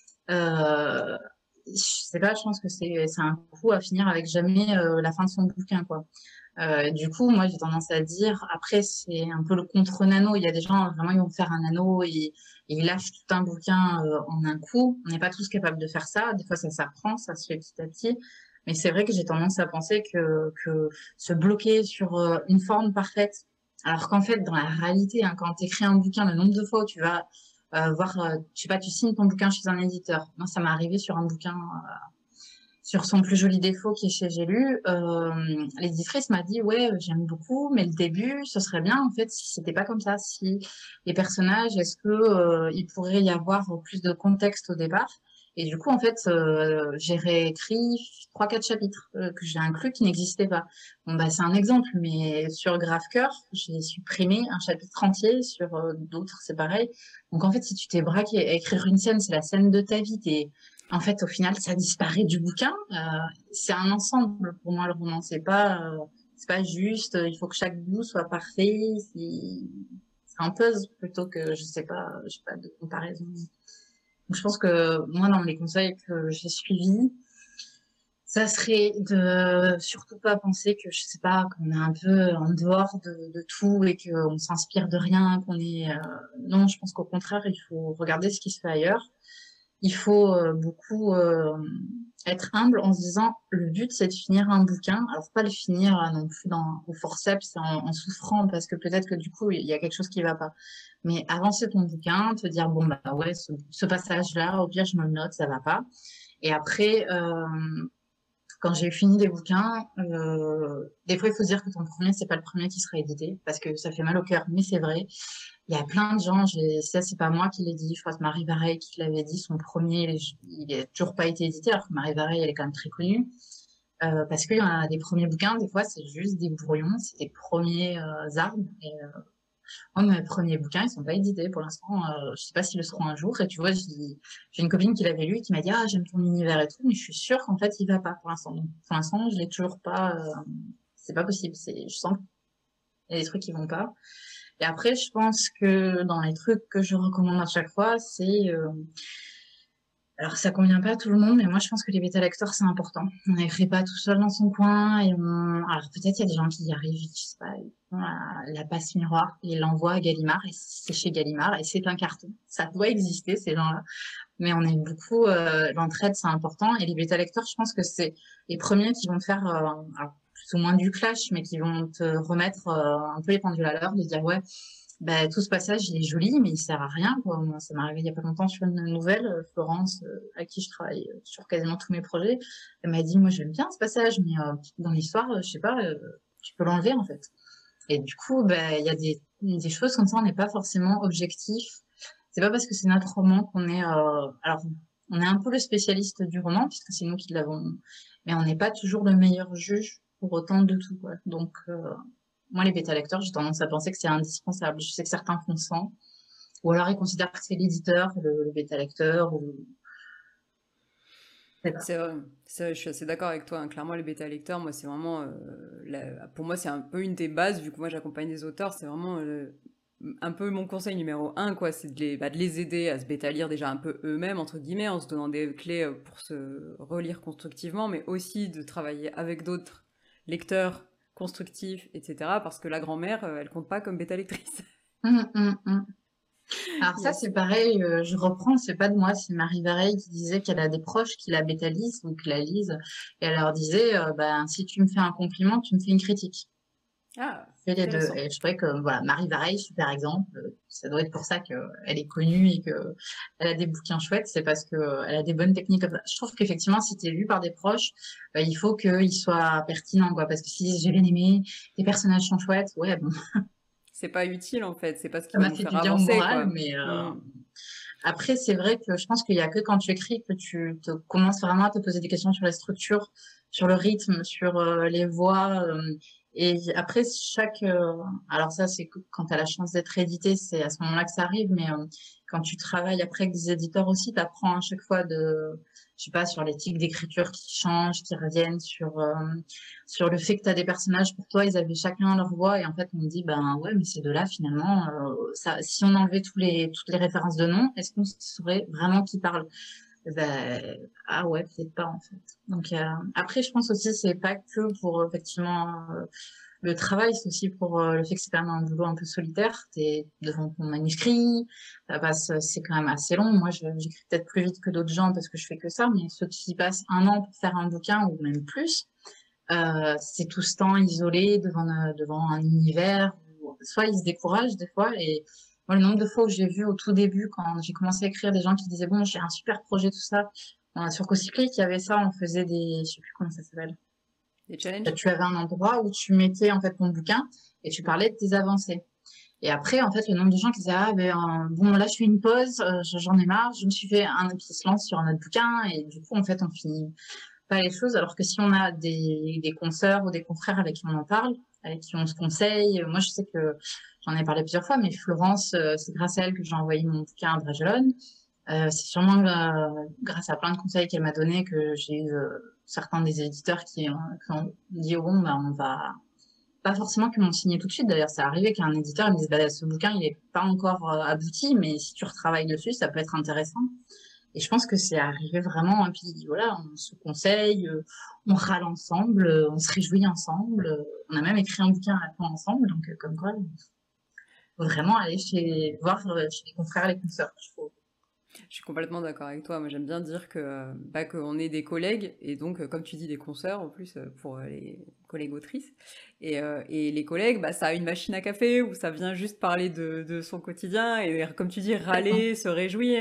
Euh, je sais pas, je pense que c'est un coup à finir avec jamais la fin de son bouquin, quoi. Du coup, moi, j'ai tendance à dire, après, c'est un peu le contre-nano. Il y a des gens, vraiment, ils vont faire un nano et ils lâchent tout un bouquin en un coup. On n'est pas tous capables de faire ça. Des fois, ça s'apprend, ça se fait petit à petit. Mais c'est vrai que j'ai tendance à penser que se bloquer sur une forme parfaite, alors qu'en fait, dans la réalité, hein, quand tu écris un bouquin, le nombre de fois où tu vas voir, je sais pas, tu signes ton bouquin chez un éditeur. Moi, ça m'est arrivé sur un bouquin sur son plus joli défaut qui est chez J'ai lu, l'éditrice m'a dit ouais j'aime beaucoup mais le début ce serait bien en fait si c'était pas comme ça, si les personnages est-ce que il pourrait y avoir plus de contexte au départ, et du coup en fait j'ai réécrit 3-4 chapitres que j'ai inclus qui n'existaient pas. Bon bah c'est un exemple, mais sur Grave-Cœur j'ai supprimé un chapitre entier, sur d'autres c'est pareil. Donc en fait si tu t'es braqué à écrire une scène, c'est la scène de ta vie, en fait, au final, ça disparaît du bouquin. C'est un ensemble pour moi, le roman. C'est pas juste. Il faut que chaque bout soit parfait. C'est un puzzle plutôt que je sais pas de comparaison. Donc, je pense que moi, dans les conseils que j'ai suivis, ça serait de surtout pas penser que je sais pas qu'on est un peu en dehors de tout et qu'on s'inspire de rien, qu'on est. Non, je pense qu'au contraire, il faut regarder ce qui se fait ailleurs. Il faut beaucoup être humble en se disant le but c'est de finir un bouquin, alors pas le finir non plus au forceps en souffrant parce que peut-être que du coup il y a quelque chose qui va pas, mais avancer ton bouquin, te dire bon bah ouais ce passage-là au pire je me le note, ça va pas, et après quand j'ai fini des bouquins, des fois il faut se dire que ton premier c'est pas le premier qui sera édité parce que ça fait mal au cœur, mais c'est vrai. Il y a plein de gens, ça c'est pas moi qui l'ai dit, je crois que Marie Vareille qui l'avait dit, son premier, il a toujours pas été édité, alors que Marie Vareille elle est quand même très connue, parce qu'il y en a des premiers bouquins, des fois c'est juste des brouillons, c'est des premiers arbres, et moi mes premiers bouquins ils sont pas édités pour l'instant, je sais pas s'ils le seront un jour, et tu vois, j'ai une copine qui l'avait lu et qui m'a dit ah j'aime ton univers et tout, mais je suis sûre qu'en fait il va pas pour l'instant, donc pour l'instant je l'ai toujours pas, c'est pas possible, je sens qu'il y a des trucs qui vont pas. Et après, je pense que dans les trucs que je recommande à chaque fois, c'est... alors, ça convient pas à tout le monde, mais moi, je pense que les bêta-lecteurs, c'est important. On n'écrit pas tout seul dans son coin. Alors, peut-être il y a des gens qui y arrivent, je sais pas, ils font la passe miroir, et ils l'envoient à Gallimard, et c'est chez Gallimard, et c'est un carton. Ça doit exister, ces gens-là. Mais on est beaucoup... l'entraide, c'est important. Et les bêta-lecteurs, je pense que c'est les premiers qui vont te faire... alors, plus ou moins du clash, mais qui vont te remettre un peu les pendules à l'heure, de dire ouais, bah, tout ce passage il est joli mais il sert à rien, quoi. Moi, ça m'est arrivé il y a pas longtemps sur une nouvelle, Florence à qui je travaille sur quasiment tous mes projets, elle m'a dit moi j'aime bien ce passage mais dans l'histoire je sais pas, tu peux l'enlever en fait. Et du coup bah il y a des choses comme ça, on n'est pas forcément objectif, c'est pas parce que c'est notre roman qu'on est alors on est un peu le spécialiste du roman puisque c'est nous qui l'avons, mais on n'est pas toujours le meilleur juge pour autant de tout, quoi. Donc moi, les bêta-lecteurs, j'ai tendance à penser que c'est indispensable. Je sais que certains font sans, ou alors ils considèrent que c'est l'éditeur, le bêta-lecteur, ou... je sais pas. Je suis assez d'accord avec toi, hein. Clairement, les bêta-lecteurs, moi, c'est vraiment... pour moi, c'est un peu une des bases, vu que moi, j'accompagne des auteurs, c'est vraiment un peu mon conseil numéro 1, quoi, c'est de les aider à se bêta-lire déjà un peu eux-mêmes, entre guillemets, en se donnant des clés pour se relire constructivement, mais aussi de travailler avec d'autres lecteurs constructifs, etc., parce que la grand-mère, elle compte pas comme bêta-lectrice. Hum. Alors ça, Yes. c'est pareil, je reprends, c'est pas de moi, c'est Marie Vareille qui disait qu'elle a des proches qui la bêta-lisent, ou qui la lisent, et elle leur disait, ben, si tu me fais un compliment, tu me fais une critique. Ah, Fais les deux. intéressant. Et je trouvais que, voilà, Marie Vareille, super exemple, ça doit être pour ça qu'elle est connue et que elle a des bouquins chouettes, c'est parce que elle a des bonnes techniques comme ça. Je trouve qu'effectivement, si t'es lu par des proches, il faut qu'ils soient pertinents, quoi, parce que si j'ai bien aimé, les personnages sont chouettes, ouais, bon, C'est pas utile, en fait, c'est pas ce qui ça va m'a nous fait faire du bien au avancer, moral, quoi. mais Hmm. après, c'est vrai que je pense qu'il y a que quand tu écris que tu te commences vraiment à te poser des questions sur les structures, sur le rythme, sur les voix, Et après, alors ça, c'est quand tu as la chance d'être édité, c'est à ce moment-là que ça arrive, mais quand tu travailles après avec des éditeurs aussi, tu apprends à chaque fois je sais pas, sur l'éthique d'écriture qui change, qui reviennent, sur le fait que tu as des personnages, pour toi, ils avaient chacun leur voix, et en fait, on me dit, ben ouais, mais ces deux-là, finalement, si on enlevait toutes les références de nom, est-ce qu'on saurait vraiment qui parle? Ben, ah ouais, peut-être pas en fait. Donc après, je pense aussi c'est pas que pour effectivement le travail, c'est aussi pour le fait que c'est quand même un boulot un peu solitaire. T'es devant ton manuscrit, c'est quand même assez long. Moi, j'écris peut-être plus vite que d'autres gens parce que je fais que ça, mais ceux qui passent un an pour faire un bouquin ou même plus, c'est tout ce temps isolé devant un univers. Soit ils se découragent des fois et moi, le nombre de fois où j'ai vu au tout début, quand j'ai commencé à écrire, des gens qui disaient, bon, j'ai un super projet, tout ça. Sur Cocyclic, il y avait ça, on faisait je sais plus comment ça s'appelle. Des challenges? Tu avais un endroit où tu mettais, en fait, ton bouquin et tu parlais de tes avancées. Et après, en fait, le nombre de gens qui disaient, ah, ben, bon, là, je fais une pause, j'en ai marre, je me suis fait qui se lance sur un autre bouquin et du coup, en fait, on finit pas les choses, alors que si on a des consoeurs ou des confrères avec qui on en parle, avec qui on se conseille, moi je sais que j'en ai parlé plusieurs fois, mais Florence, c'est grâce à elle que j'ai envoyé mon bouquin à Bragelonne. C'est sûrement grâce à plein de conseils qu'elle m'a donné que j'ai eu certains des éditeurs qui ont dit oh, bon, bah, on va pas forcément qu'ils m'ont signé tout de suite. D'ailleurs, ça arrivé qu'un éditeur me dise bah, ce bouquin il est pas encore abouti, mais si tu retravailles dessus, ça peut être intéressant. Et je pense que c'est arrivé vraiment, et puis voilà, on se conseille, on râle ensemble, on se réjouit ensemble, on a même écrit un bouquin à la fin ensemble, donc comme quoi, il faut vraiment aller voir chez les confrères, les consoeurs, je trouve. Je suis complètement d'accord avec toi. Moi, j'aime bien dire que bah, qu'on est des collègues et donc, comme tu dis, des consoeurs en plus pour les collègues autrices. Et les collègues, bah, ça a une machine à café où ça vient juste parler de son quotidien et, comme tu dis, râler, se réjouir.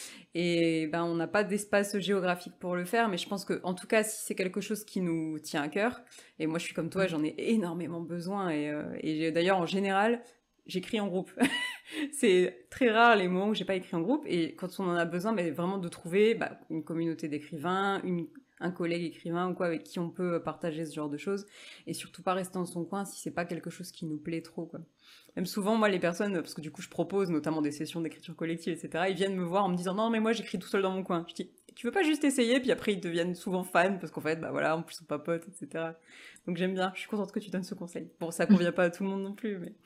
Et bah, on n'a pas d'espace géographique pour le faire. Mais je pense que, en tout cas, si c'est quelque chose qui nous tient à cœur, et moi, je suis comme toi, j'en ai énormément besoin. Et d'ailleurs, en général, j'écris en groupe. C'est très rare les moments où j'ai pas écrit en groupe et quand on en a besoin, mais vraiment de trouver bah, une communauté d'écrivains, un collègue écrivain ou quoi avec qui on peut partager ce genre de choses et surtout pas rester dans son coin si c'est pas quelque chose qui nous plaît trop quoi. Même souvent moi les personnes, parce que du coup je propose notamment des sessions d'écriture collective etc, ils viennent me voir en me disant non mais moi j'écris tout seul dans mon coin. Je dis tu veux pas juste essayer, puis après ils deviennent souvent fans parce qu'en fait bah voilà en plus on papote etc. Donc j'aime bien, je suis contente que tu donnes ce conseil. Bon ça convient pas à tout le monde non plus mais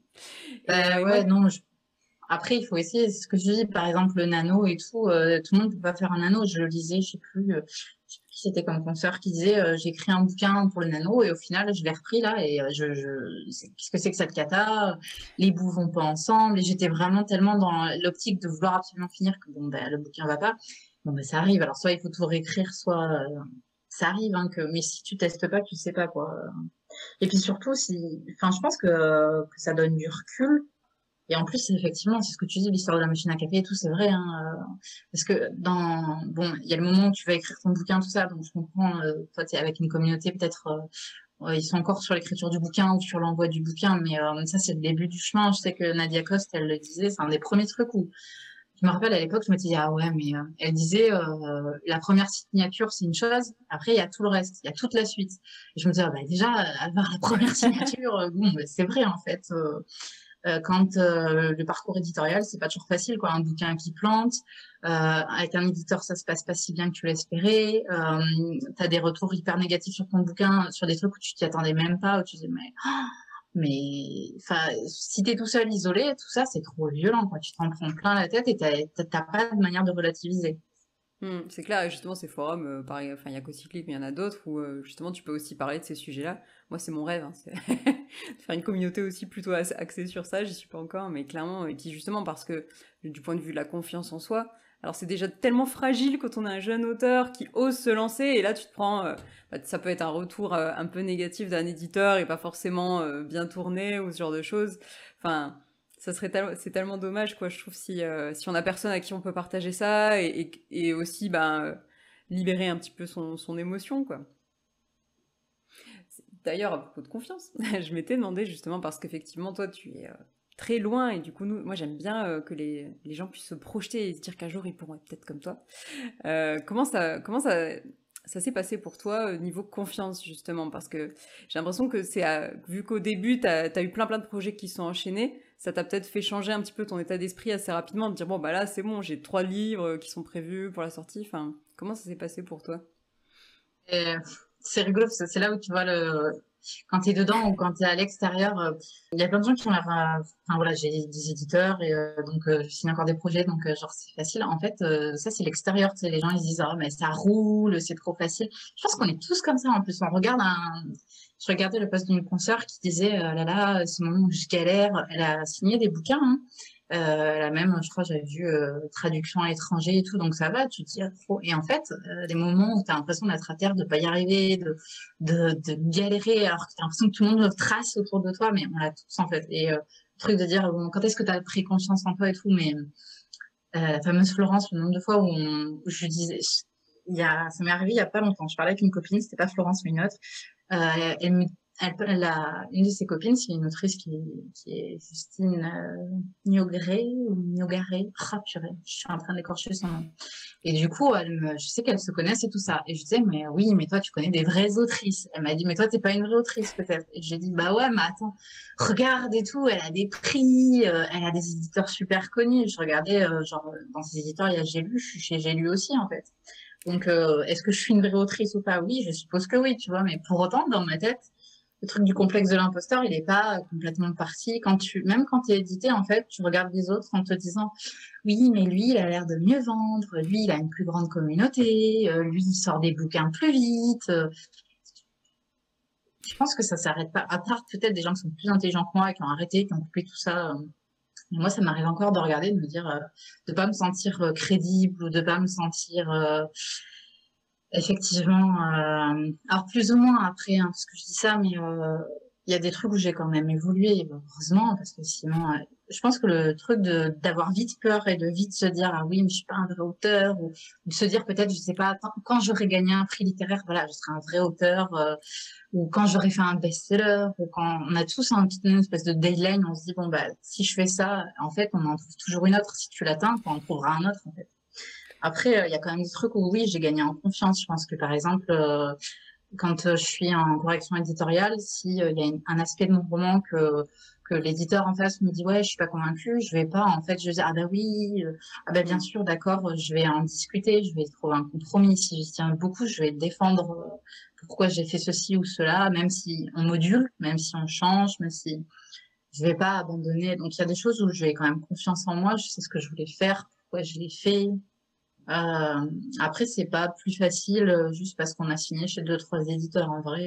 Ouais, non, après, il faut essayer. C'est ce que je dis, par exemple, le nano et tout. Tout le monde ne peut pas faire un nano. Je le lisais, je sais plus qui c'était comme consoeur qui disait j'ai écrit un bouquin pour le nano et au final, je l'ai repris là et qu'est-ce que c'est que cette cata? Les bouts vont pas ensemble et j'étais vraiment tellement dans l'optique de vouloir absolument finir que bon, ben, le bouquin va pas. Bon, ben, ça arrive. Alors, soit il faut tout réécrire, soit ça arrive, hein, mais si tu testes pas, tu sais pas quoi. Et puis surtout, enfin, je pense que ça donne du recul. Et en plus, effectivement, c'est ce que tu dis, l'histoire de la machine à café et tout, c'est vrai, hein, parce que bon, il y a le moment où tu vas écrire ton bouquin, tout ça, donc je comprends, toi, t'es avec une communauté, peut-être, ils sont encore sur l'écriture du bouquin ou sur l'envoi du bouquin, mais ça, c'est le début du chemin. Je sais que Nadia Coste, elle le disait, c'est un des premiers trucs où, je me rappelle à l'époque, je me disais, ah ouais, mais elle disait, la première signature, c'est une chose, après, il y a tout le reste, il y a toute la suite. Et je me disais, ah, bah, déjà, avoir la première signature, bon, bah, c'est vrai, en fait. Quand le parcours éditorial, c'est pas toujours facile, quoi. Un bouquin qui plante, avec un éditeur, ça se passe pas si bien que tu l'espérais. T'as des retours hyper négatifs sur ton bouquin, sur des trucs où tu t'y attendais même pas, où tu dis mais, enfin, si t'es tout seul, isolé, tout ça, c'est trop violent, quoi. Tu t'en prends plein la tête et t'as pas de manière de relativiser. C'est clair, et justement ces forums, pareil, enfin il y a Cocyclic, mais il y en a d'autres où justement tu peux aussi parler de ces sujets-là. Moi c'est mon rêve, hein, c'est de faire une communauté aussi plutôt axée sur ça, j'y suis pas encore, mais clairement, et puis justement parce que du point de vue de la confiance en soi, alors c'est déjà tellement fragile quand on est un jeune auteur qui ose se lancer, et là tu te prends, bah, ça peut être un retour un peu négatif d'un éditeur et pas forcément bien tourné ou ce genre de choses, enfin... c'est tellement dommage, quoi, je trouve, si on a personne à qui on peut partager ça et aussi ben, libérer un petit peu son émotion, quoi. D'ailleurs, à propos de confiance, je m'étais demandé justement parce qu'effectivement, toi, tu es très loin et du coup, moi, j'aime bien que les gens puissent se projeter et se dire qu'un jour, ils pourront être peut-être comme toi. Comment ça ça s'est passé pour toi niveau confiance, justement? Parce que j'ai l'impression que vu qu'au début, tu as eu plein de projets qui sont enchaînés, ça t'a peut-être fait changer un petit peu ton état d'esprit assez rapidement, de dire, bon, bah là, c'est bon, j'ai 3 livres qui sont prévus pour la sortie. Enfin, comment ça s'est passé pour toi? Et c'est rigolo parce que c'est là où tu vois quand tu es dedans ou quand tu es à l'extérieur, il y a plein de gens qui ont l'air. Enfin voilà, j'ai des éditeurs et donc je signe encore des projets, donc genre c'est facile. En fait, ça c'est l'extérieur. Tu sais, les gens ils se disent ah mais ça roule, c'est trop facile. Je pense qu'on est tous comme ça en plus. Je regardais le post d'une consoeur qui disait là là, ce moment où je galère, elle a signé des bouquins. Hein. Elle a même, je crois, j'avais vu traduction à l'étranger et tout, donc ça va, tu te dis ah, trop. Et en fait, les moments où tu as l'impression d'être à terre, de pas y arriver, de galérer, alors que tu as l'impression que tout le monde trace autour de toi, mais on l'a tous en fait. Et le truc de dire bon, quand est-ce que tu as pris confiance en toi et tout, mais la fameuse Florence, le nombre de fois où je lui disais, ça m'est arrivé il y a pas longtemps, je parlais avec une copine, c'était pas Florence mais une autre, elle me une de ses copines, c'est une autrice qui est Justine Niogré ou Niogaré. Ah, purée, je suis en train d'écorcher son nom. Et du coup, je sais qu'elles se connaissent et tout ça. Et je disais, mais oui, mais toi, tu connais des vraies autrices. Elle m'a dit, mais toi, t'es pas une vraie autrice, peut-être. Et j'ai dit, bah ouais, mais attends, regarde et tout, elle a des prix, elle a des éditeurs super connus. Je regardais, genre, dans ces éditeurs, il y a J'ai lu, je suis chez J'ai lu aussi, en fait. Donc, est-ce que je suis une vraie autrice ou pas? Oui, je suppose que oui, tu vois, mais pour autant, dans ma tête, le truc du complexe de l'imposteur, il n'est pas complètement parti. Même quand tu es édité, en fait, tu regardes les autres en te disant, oui, mais lui, il a l'air de mieux vendre, lui, il a une plus grande communauté, lui, il sort des bouquins plus vite. Je pense que ça s'arrête pas. À part peut-être des gens qui sont plus intelligents que moi, qui ont arrêté, qui ont coupé tout ça. Mais moi, ça m'arrive encore de regarder, de me dire, de pas me sentir crédible ou de pas me sentir effectivement, alors plus ou moins après, hein, parce que je dis ça, mais il y a des trucs où j'ai quand même évolué, heureusement, parce que sinon, je pense que le truc d'avoir vite peur et de vite se dire ah oui, mais je suis pas un vrai auteur, ou de se dire peut-être, je sais pas, quand j'aurai gagné un prix littéraire, voilà, je serai un vrai auteur, ou quand j'aurai fait un best-seller, ou quand on a tous une espèce de deadline, on se dit bon bah si je fais ça, en fait, on en trouve toujours une autre. Si tu l'atteins, on en trouvera un autre en fait. Après, il y a quand même des trucs où oui, j'ai gagné en confiance. Je pense que par exemple, quand je suis en correction éditoriale, si il y a un aspect de mon roman que l'éditeur en face me dit ouais, je suis pas convaincue, je vais pas en fait, je vais dire ah bah oui, ah bah bien sûr, d'accord, je vais en discuter, je vais trouver un compromis. Si j'y tiens beaucoup, je vais défendre pourquoi j'ai fait ceci ou cela, même si on module, même si on change, même si je vais pas abandonner. Donc il y a des choses où j'ai quand même confiance en moi, je sais ce que je voulais faire, pourquoi je l'ai fait. Après, c'est pas plus facile juste parce qu'on a signé chez 2, 3 éditeurs. En vrai,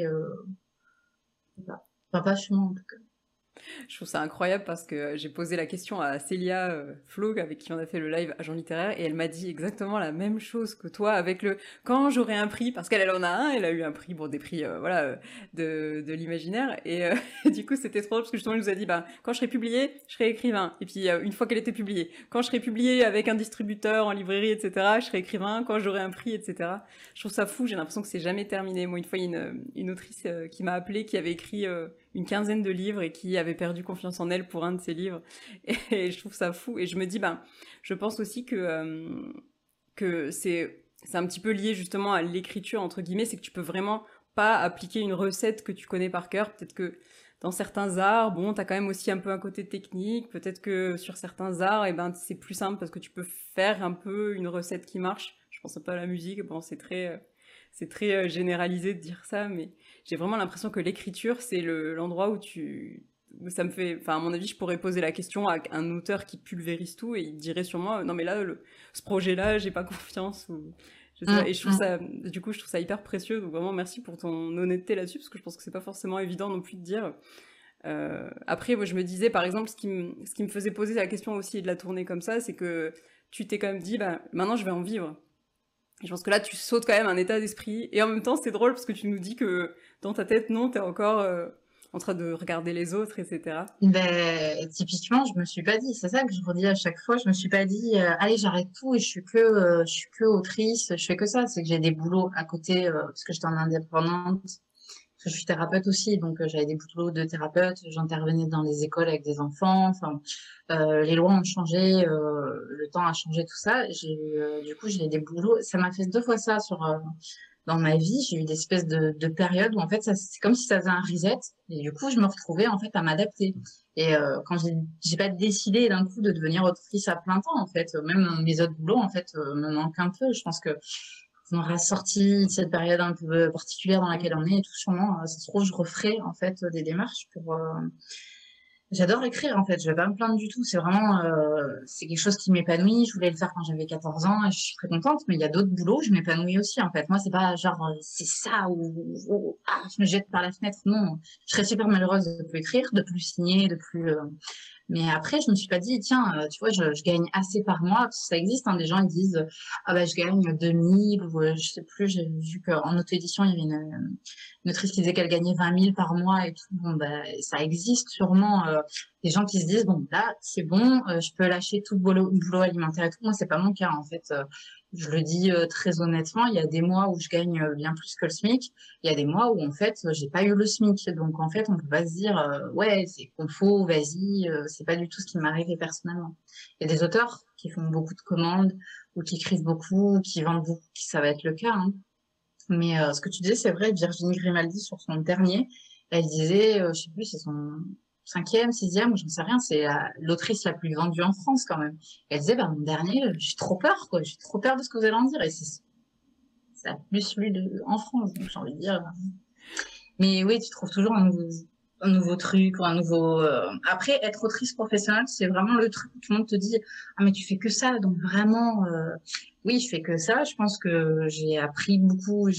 pas chez moi en tout cas. Je trouve ça incroyable parce que j'ai posé la question à Célia Flo, avec qui on a fait le live Agent littéraire, et elle m'a dit exactement la même chose que toi avec le quand j'aurai un prix, parce qu'elle en a un, elle a eu un prix, bon, des prix voilà, de l'imaginaire, et du coup c'était trop drôle parce que justement elle nous a dit bah, quand je serai publiée, je serai écrivain, et puis une fois qu'elle était publiée, quand je serai publiée avec un distributeur en librairie, etc., je serai écrivain, quand j'aurai un prix, etc. Je trouve ça fou, j'ai l'impression que c'est jamais terminé. Moi, une fois, il y a une autrice qui m'a appelée, qui avait écrit une quinzaine de livres et qui avait perdu confiance en elle pour un de ses livres. Et je trouve ça fou. Et je me dis, ben, je pense aussi que c'est un petit peu lié justement à l'écriture, entre guillemets, c'est que tu peux vraiment pas appliquer une recette que tu connais par cœur. Peut-être que dans certains arts, bon, t'as quand même aussi un peu un côté technique. Peut-être que sur certains arts, eh ben, c'est plus simple parce que tu peux faire un peu une recette qui marche. Je pense pas à la musique. Bon, c'est très généralisé de dire ça, mais j'ai vraiment l'impression que l'écriture, c'est l'endroit où ça me fait, enfin, à mon avis, je pourrais poser la question à un auteur qui pulvérise tout et il dirait sur moi, non mais là, ce projet-là, j'ai pas confiance, ou je sais pas. Et je trouve ça, du coup, je trouve ça hyper précieux. Donc vraiment, merci pour ton honnêteté là-dessus, parce que je pense que c'est pas forcément évident non plus de dire. Après, moi, je me disais, par exemple, ce qui me faisait poser la question aussi de la tournée comme ça, c'est que tu t'es quand même dit, bah, maintenant, je vais en vivre. Et je pense que là, tu sautes quand même un état d'esprit. Et en même temps, c'est drôle parce que tu nous dis que dans ta tête, non, t'es encore en train de regarder les autres, etc. Ben, typiquement, je me suis pas dit, c'est ça que je redis à chaque fois, je me suis pas dit, allez, j'arrête tout et je suis que autrice, je fais que ça. C'est que j'ai des boulots à côté, parce que j'étais en indépendante. Parce que je suis thérapeute aussi, donc j'avais des boulots de thérapeute, j'intervenais dans les écoles avec des enfants, enfin, les lois ont changé, le temps a changé, tout ça. Du coup, j'ai des boulots. Ça m'a fait 2 fois ça dans ma vie, j'ai eu des espèces de périodes où en fait, c'est comme si ça faisait un reset. Et du coup, je me retrouvais en fait à m'adapter. Et quand j'ai pas décidé d'un coup de devenir autrice à plein temps, en fait, même mes autres boulots en fait me manquent un peu. Je pense que on aura sorti de cette période un peu particulière dans laquelle on est et tout sûrement, ça se trouve, je referai en fait des démarches pour j'adore écrire en fait, je vais pas me plaindre du tout. C'est vraiment, c'est quelque chose qui m'épanouit. Je voulais le faire quand j'avais 14 ans et je suis très contente. Mais il y a d'autres boulots, je m'épanouis aussi en fait. Moi, c'est pas genre c'est ça ou ah, je me jette par la fenêtre. Non, je serais super malheureuse de plus écrire, de plus signer, de plus mais après, je me suis pas dit, tiens, tu vois, je gagne assez par mois, parce que ça existe, hein, des gens ils disent, ah bah je gagne 2000 ou je sais plus, j'ai vu qu'en auto-édition, il y avait une autrice qui disait qu'elle gagnait 20 000 par mois et tout. Bon, bah, ça existe sûrement, des gens qui se disent, bon, là, c'est bon, je peux lâcher tout le boulot alimentaire et tout. Moi, c'est pas mon cas, en fait. Je le dis très honnêtement, il y a des mois où je gagne bien plus que le SMIC. Il y a des mois où en fait j'ai pas eu le SMIC, donc en fait on peut pas se dire ouais c'est confo, vas-y, c'est pas du tout ce qui m'arrivait personnellement. Il y a des auteurs qui font beaucoup de commandes ou qui écrivent beaucoup, ou qui vendent beaucoup, ça va être le cas. Hein. Mais ce que tu disais c'est vrai, Virginie Grimaldi sur son dernier, elle disait, je sais plus, c'est son cinquième, sixième, ou j'en sais rien, c'est l'autrice la plus vendue en France quand même. Elle disait bah mon dernier, j'ai trop peur quoi, j'ai trop peur de ce que vous allez en dire et c'est ça a plus lu en France, donc j'ai envie de dire. Mais oui, tu trouves toujours un nouveau truc ou un nouveau. Après, être autrice professionnelle, c'est vraiment le truc où tout le monde te dit ah mais tu fais que ça, donc vraiment oui, je fais que ça. Je pense que j'ai appris beaucoup.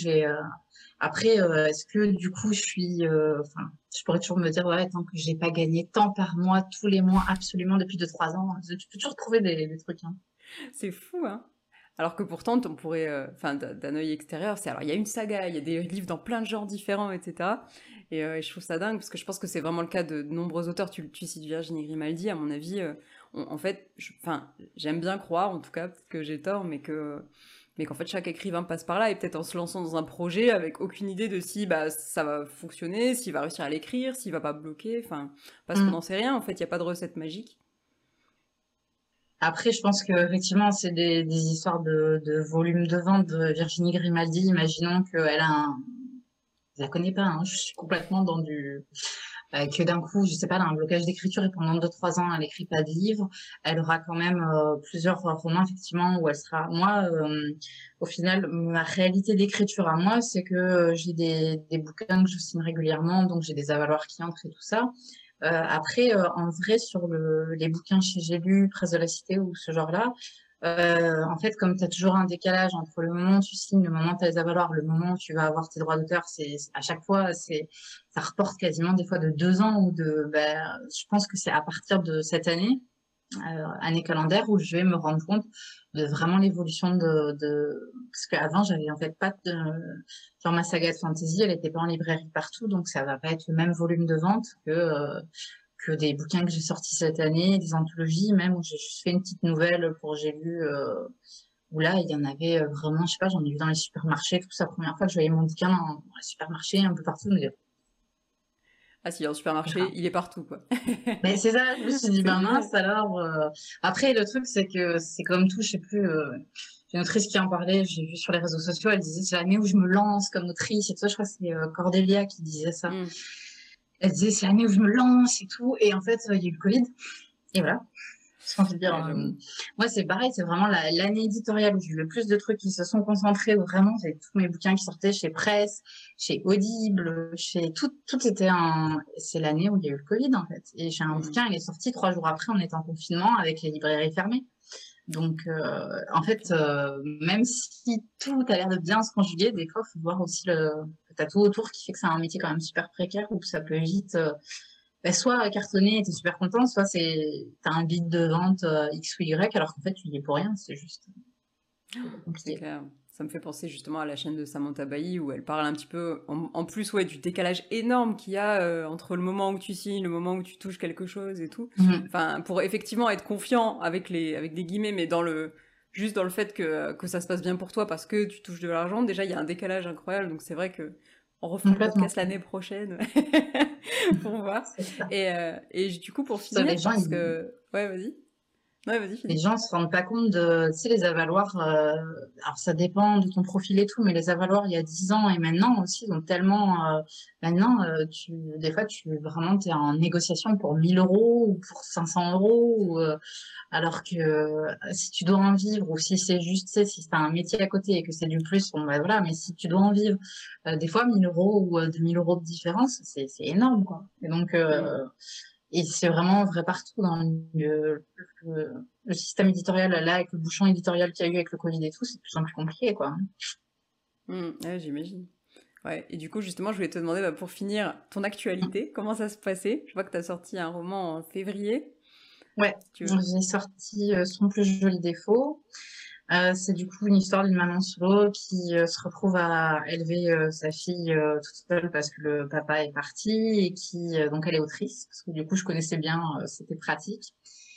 Après, est-ce que du coup je suis, enfin, je pourrais toujours me dire ouais tant que j'ai pas gagné tant par mois tous les mois absolument depuis 2-3 ans, tu peux toujours trouver des trucs. Hein. C'est fou, hein. Alors que pourtant, on pourrait, enfin, d'un œil extérieur, c'est alors il y a une saga, il y a des livres dans plein de genres différents, etc. Et je trouve ça dingue parce que je pense que c'est vraiment le cas de nombreux auteurs. Tu cites Virginie Grimaldi, à mon avis, en fait, enfin, j'aime bien croire, en tout cas, peut-être que j'ai tort, mais qu'en fait chaque écrivain passe par là et peut-être en se lançant dans un projet avec aucune idée de si bah ça va fonctionner, s'il va réussir à l'écrire, s'il va pas bloquer, enfin, parce qu'on n'en sait rien. En fait, il y a pas de recette magique. Après, je pense que effectivement, c'est des histoires de volume de vente de Virginie Grimaldi. Imaginons qu'elle a un, je la connais pas, hein, je suis complètement dans du, que d'un coup, je sais pas, elle a un blocage d'écriture et pendant 2-3 ans, elle écrit pas de livre. Elle aura quand même plusieurs romans effectivement où elle sera. Moi, au final, ma réalité d'écriture à moi, c'est que j'ai des bouquins que je signe régulièrement, donc j'ai des avaloirs qui entrent et tout ça. Après, en vrai, sur les bouquins chez J'ai lu, Presse de la Cité ou ce genre-là, en fait, comme tu as toujours un décalage entre le moment où tu signes, le moment où tu as les avaloirs, le moment où tu vas avoir tes droits d'auteur, à chaque fois, ça reporte quasiment des fois de 2 ans ou je pense que c'est à partir de cette année, année calendaire, où je vais me rendre compte de vraiment l'évolution parce qu'avant, j'avais en fait pas de, genre ma saga de fantasy, elle était pas en librairie partout, donc ça va pas être le même volume de vente que des bouquins que j'ai sortis cette année, des anthologies même, où j'ai juste fait une petite nouvelle pour J'ai lu, où là, il y en avait vraiment, je sais pas, j'en ai vu dans les supermarchés, tout ça, la première fois que je voyais mon bouquin dans les supermarchés, un peu partout, mais Ah si, en supermarché, il est partout, quoi. mais c'est ça, je me suis dit, C'est ben génial. mince, alors. Après, le truc, c'est que c'est comme tout, je sais plus, j'ai une autrice qui en parlait, j'ai vu sur les réseaux sociaux, elle disait, c'est l'année où je me lance comme autrice, et tout ça, je crois que c'est Cordélia qui disait ça. Mm. Elle disait, c'est l'année où je me lance et tout, et en fait, il y a eu le Covid, et voilà. J'ai envie de dire, Ouais, j'avoue. moi, c'est pareil, c'est vraiment l'année éditoriale où j'ai eu le plus de trucs qui se sont concentrés, où vraiment, j'ai tous mes bouquins qui sortaient chez Presse, chez Audible, chez tout était c'est l'année où il y a eu le Covid, en fait. Et j'ai un Mm. bouquin, il est sorti 3 jours après, on était en confinement avec les librairies fermées. Donc, en fait, même si tout a l'air de bien se conjuguer, des fois, il faut voir aussi que t'as tout autour qui fait que c'est un métier quand même super précaire, ou que ça peut vite, soit cartonner et t'es super content, soit t'as un bid de vente X ou Y, alors qu'en fait, tu y es pour rien, c'est juste C'est compliqué. clair. Ça me fait penser justement à la chaîne de Samantha Bailly où elle parle un petit peu, en plus, ouais, du décalage énorme qu'il y a entre le moment où tu signes, le moment où tu touches quelque chose et tout. Mhm. Enfin, pour effectivement être confiant avec des guillemets, mais juste dans le fait que ça se passe bien pour toi parce que tu touches de l'argent, déjà il y a un décalage incroyable. Donc c'est vrai que on refera le Complètement. podcast l'année prochaine pour voir. C'est ça. Et du coup, pour Ça, les finir, gens, parce que, ouais, vas-y. Ouais, vas-y, Les finis. gens se rendent pas compte de, tu sais, les avaloirs, alors ça dépend de ton profil et tout, mais les avaloirs il y a 10 ans et maintenant aussi, ils ont tellement, maintenant, des fois, vraiment, t'es en négociation pour 1 000 € ou pour 500 €, alors que si tu dois en vivre ou si c'est juste, tu sais, si t'as un métier à côté et que c'est du plus, bon, bah voilà, mais si tu dois en vivre, des fois, 1 000 € ou 2 000 € de différence, c'est énorme, quoi. Et donc, Mm. et c'est vraiment vrai partout dans le système éditorial, là, avec le bouchon éditorial qu'il y a eu avec le Covid et tout, c'est de plus en plus compliqué, quoi. Ouais, j'imagine. Ouais, et du coup, justement, je voulais te demander, pour finir, ton actualité, comment ça se passait? Je vois que tu as sorti un roman en février, Ouais, si tu veux. j'ai sorti Son plus joli défaut. C'est du coup une histoire d'une maman solo qui se retrouve à élever sa fille toute seule parce que le papa est parti et qui donc elle est autrice parce que du coup je connaissais bien, c'était pratique.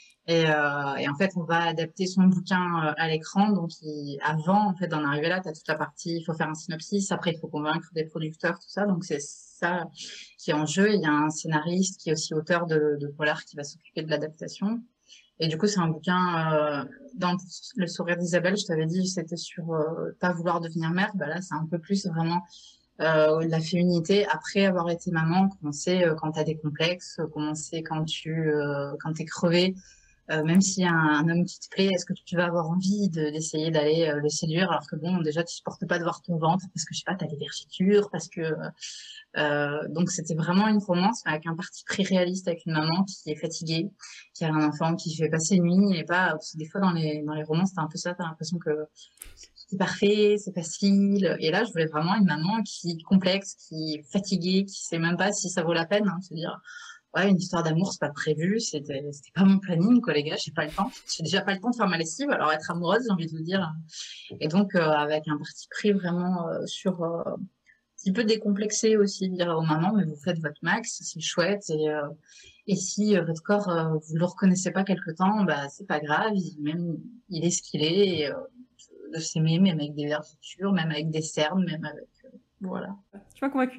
Et en fait, on va adapter son bouquin à l'écran. Donc, avant en fait d'en arriver là, tu as toute la partie, il faut faire un synopsis. Après, il faut convaincre des producteurs, tout ça. Donc, c'est ça qui est en jeu. Il y a un scénariste qui est aussi auteur de polar qui va s'occuper de l'adaptation. Et du coup, c'est un bouquin dans Le sourire d'Isabelle. Je t'avais dit, c'était sur pas vouloir devenir mère. Bah là, c'est un peu plus vraiment la féminité après avoir été maman. Comment c'est quand t'as des complexes, comment c'est quand t'es crevée. Même s'il y a un homme qui te plaît, est-ce que tu vas avoir envie d'essayer d'aller le séduire alors que bon, déjà tu supportes pas de voir ton ventre parce que je sais pas, t'as des vergetures, parce que donc c'était vraiment une romance mais avec un parti pris réaliste avec une maman qui est fatiguée, qui a un enfant qui fait passer une nuit et pas parce que des fois dans les romances t'as un peu ça, t'as l'impression que c'est parfait, c'est facile. Et là, je voulais vraiment une maman qui est complexe, qui est fatiguée, qui sait même pas si ça vaut la peine, hein, se dire ouais, une histoire d'amour, c'est pas prévu, c'était pas mon planning, quoi, les gars, j'ai pas le temps. J'ai déjà pas le temps de faire ma lessive, alors être amoureuse, j'ai envie de vous dire. Et donc, avec un parti pris vraiment sur un petit peu décomplexé aussi, de dire aux mamans, mais vous faites votre max, c'est chouette, et si votre corps, vous le reconnaissez pas quelque temps, bah, c'est pas grave, il est ce qu'il est, et, de s'aimer, même avec des vergetures, même avec des cernes, même avec, voilà. Tu m'as convaincue.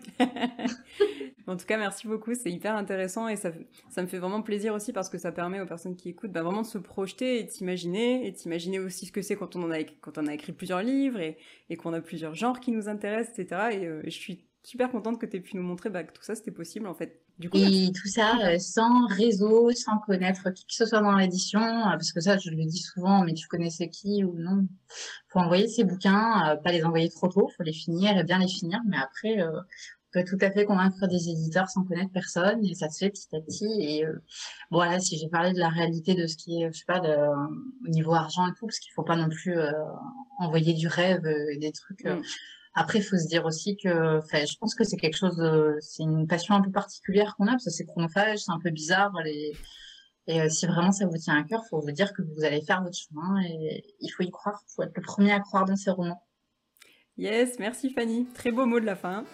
En tout cas, merci beaucoup, c'est hyper intéressant et ça me fait vraiment plaisir aussi parce que ça permet aux personnes qui écoutent vraiment de se projeter et de s'imaginer aussi ce que c'est quand quand on a écrit plusieurs livres et qu'on a plusieurs genres qui nous intéressent, etc. Et je suis super contente que tu aies pu nous montrer que tout ça c'était possible en fait. Du coup, merci. Et tout ça sans réseau, sans connaître qui que ce soit dans l'édition, parce que ça, je le dis souvent, mais tu connaissais qui ou non. Faut envoyer ces bouquins, pas les envoyer trop tôt, faut les finir et bien les finir, mais après, on peut tout à fait convaincre des éditeurs sans connaître personne, et ça se fait petit à petit. Et voilà, si j'ai parlé de la réalité de ce qui est, je sais pas, au niveau argent et tout, parce qu'il faut pas non plus envoyer du rêve et des trucs. Mm. Après, il faut se dire aussi que, enfin, je pense que c'est quelque chose c'est une passion un peu particulière qu'on a, parce que c'est chronophage, c'est un peu bizarre, et si vraiment ça vous tient à cœur, faut vous dire que vous allez faire votre chemin, et il faut y croire, il faut être le premier à croire dans ces romans. Yes, merci Fanny. Très beau mot de la fin.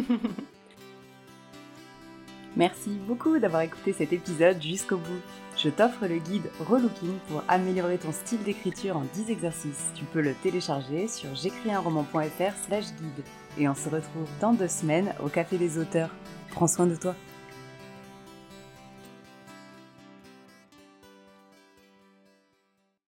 Merci beaucoup d'avoir écouté cet épisode jusqu'au bout. Je t'offre le guide Relooking pour améliorer ton style d'écriture en 10 exercices. Tu peux le télécharger sur j'écrisunroman.fr/guide. Et on se retrouve dans 2 semaines au Café des auteurs. Prends soin de toi.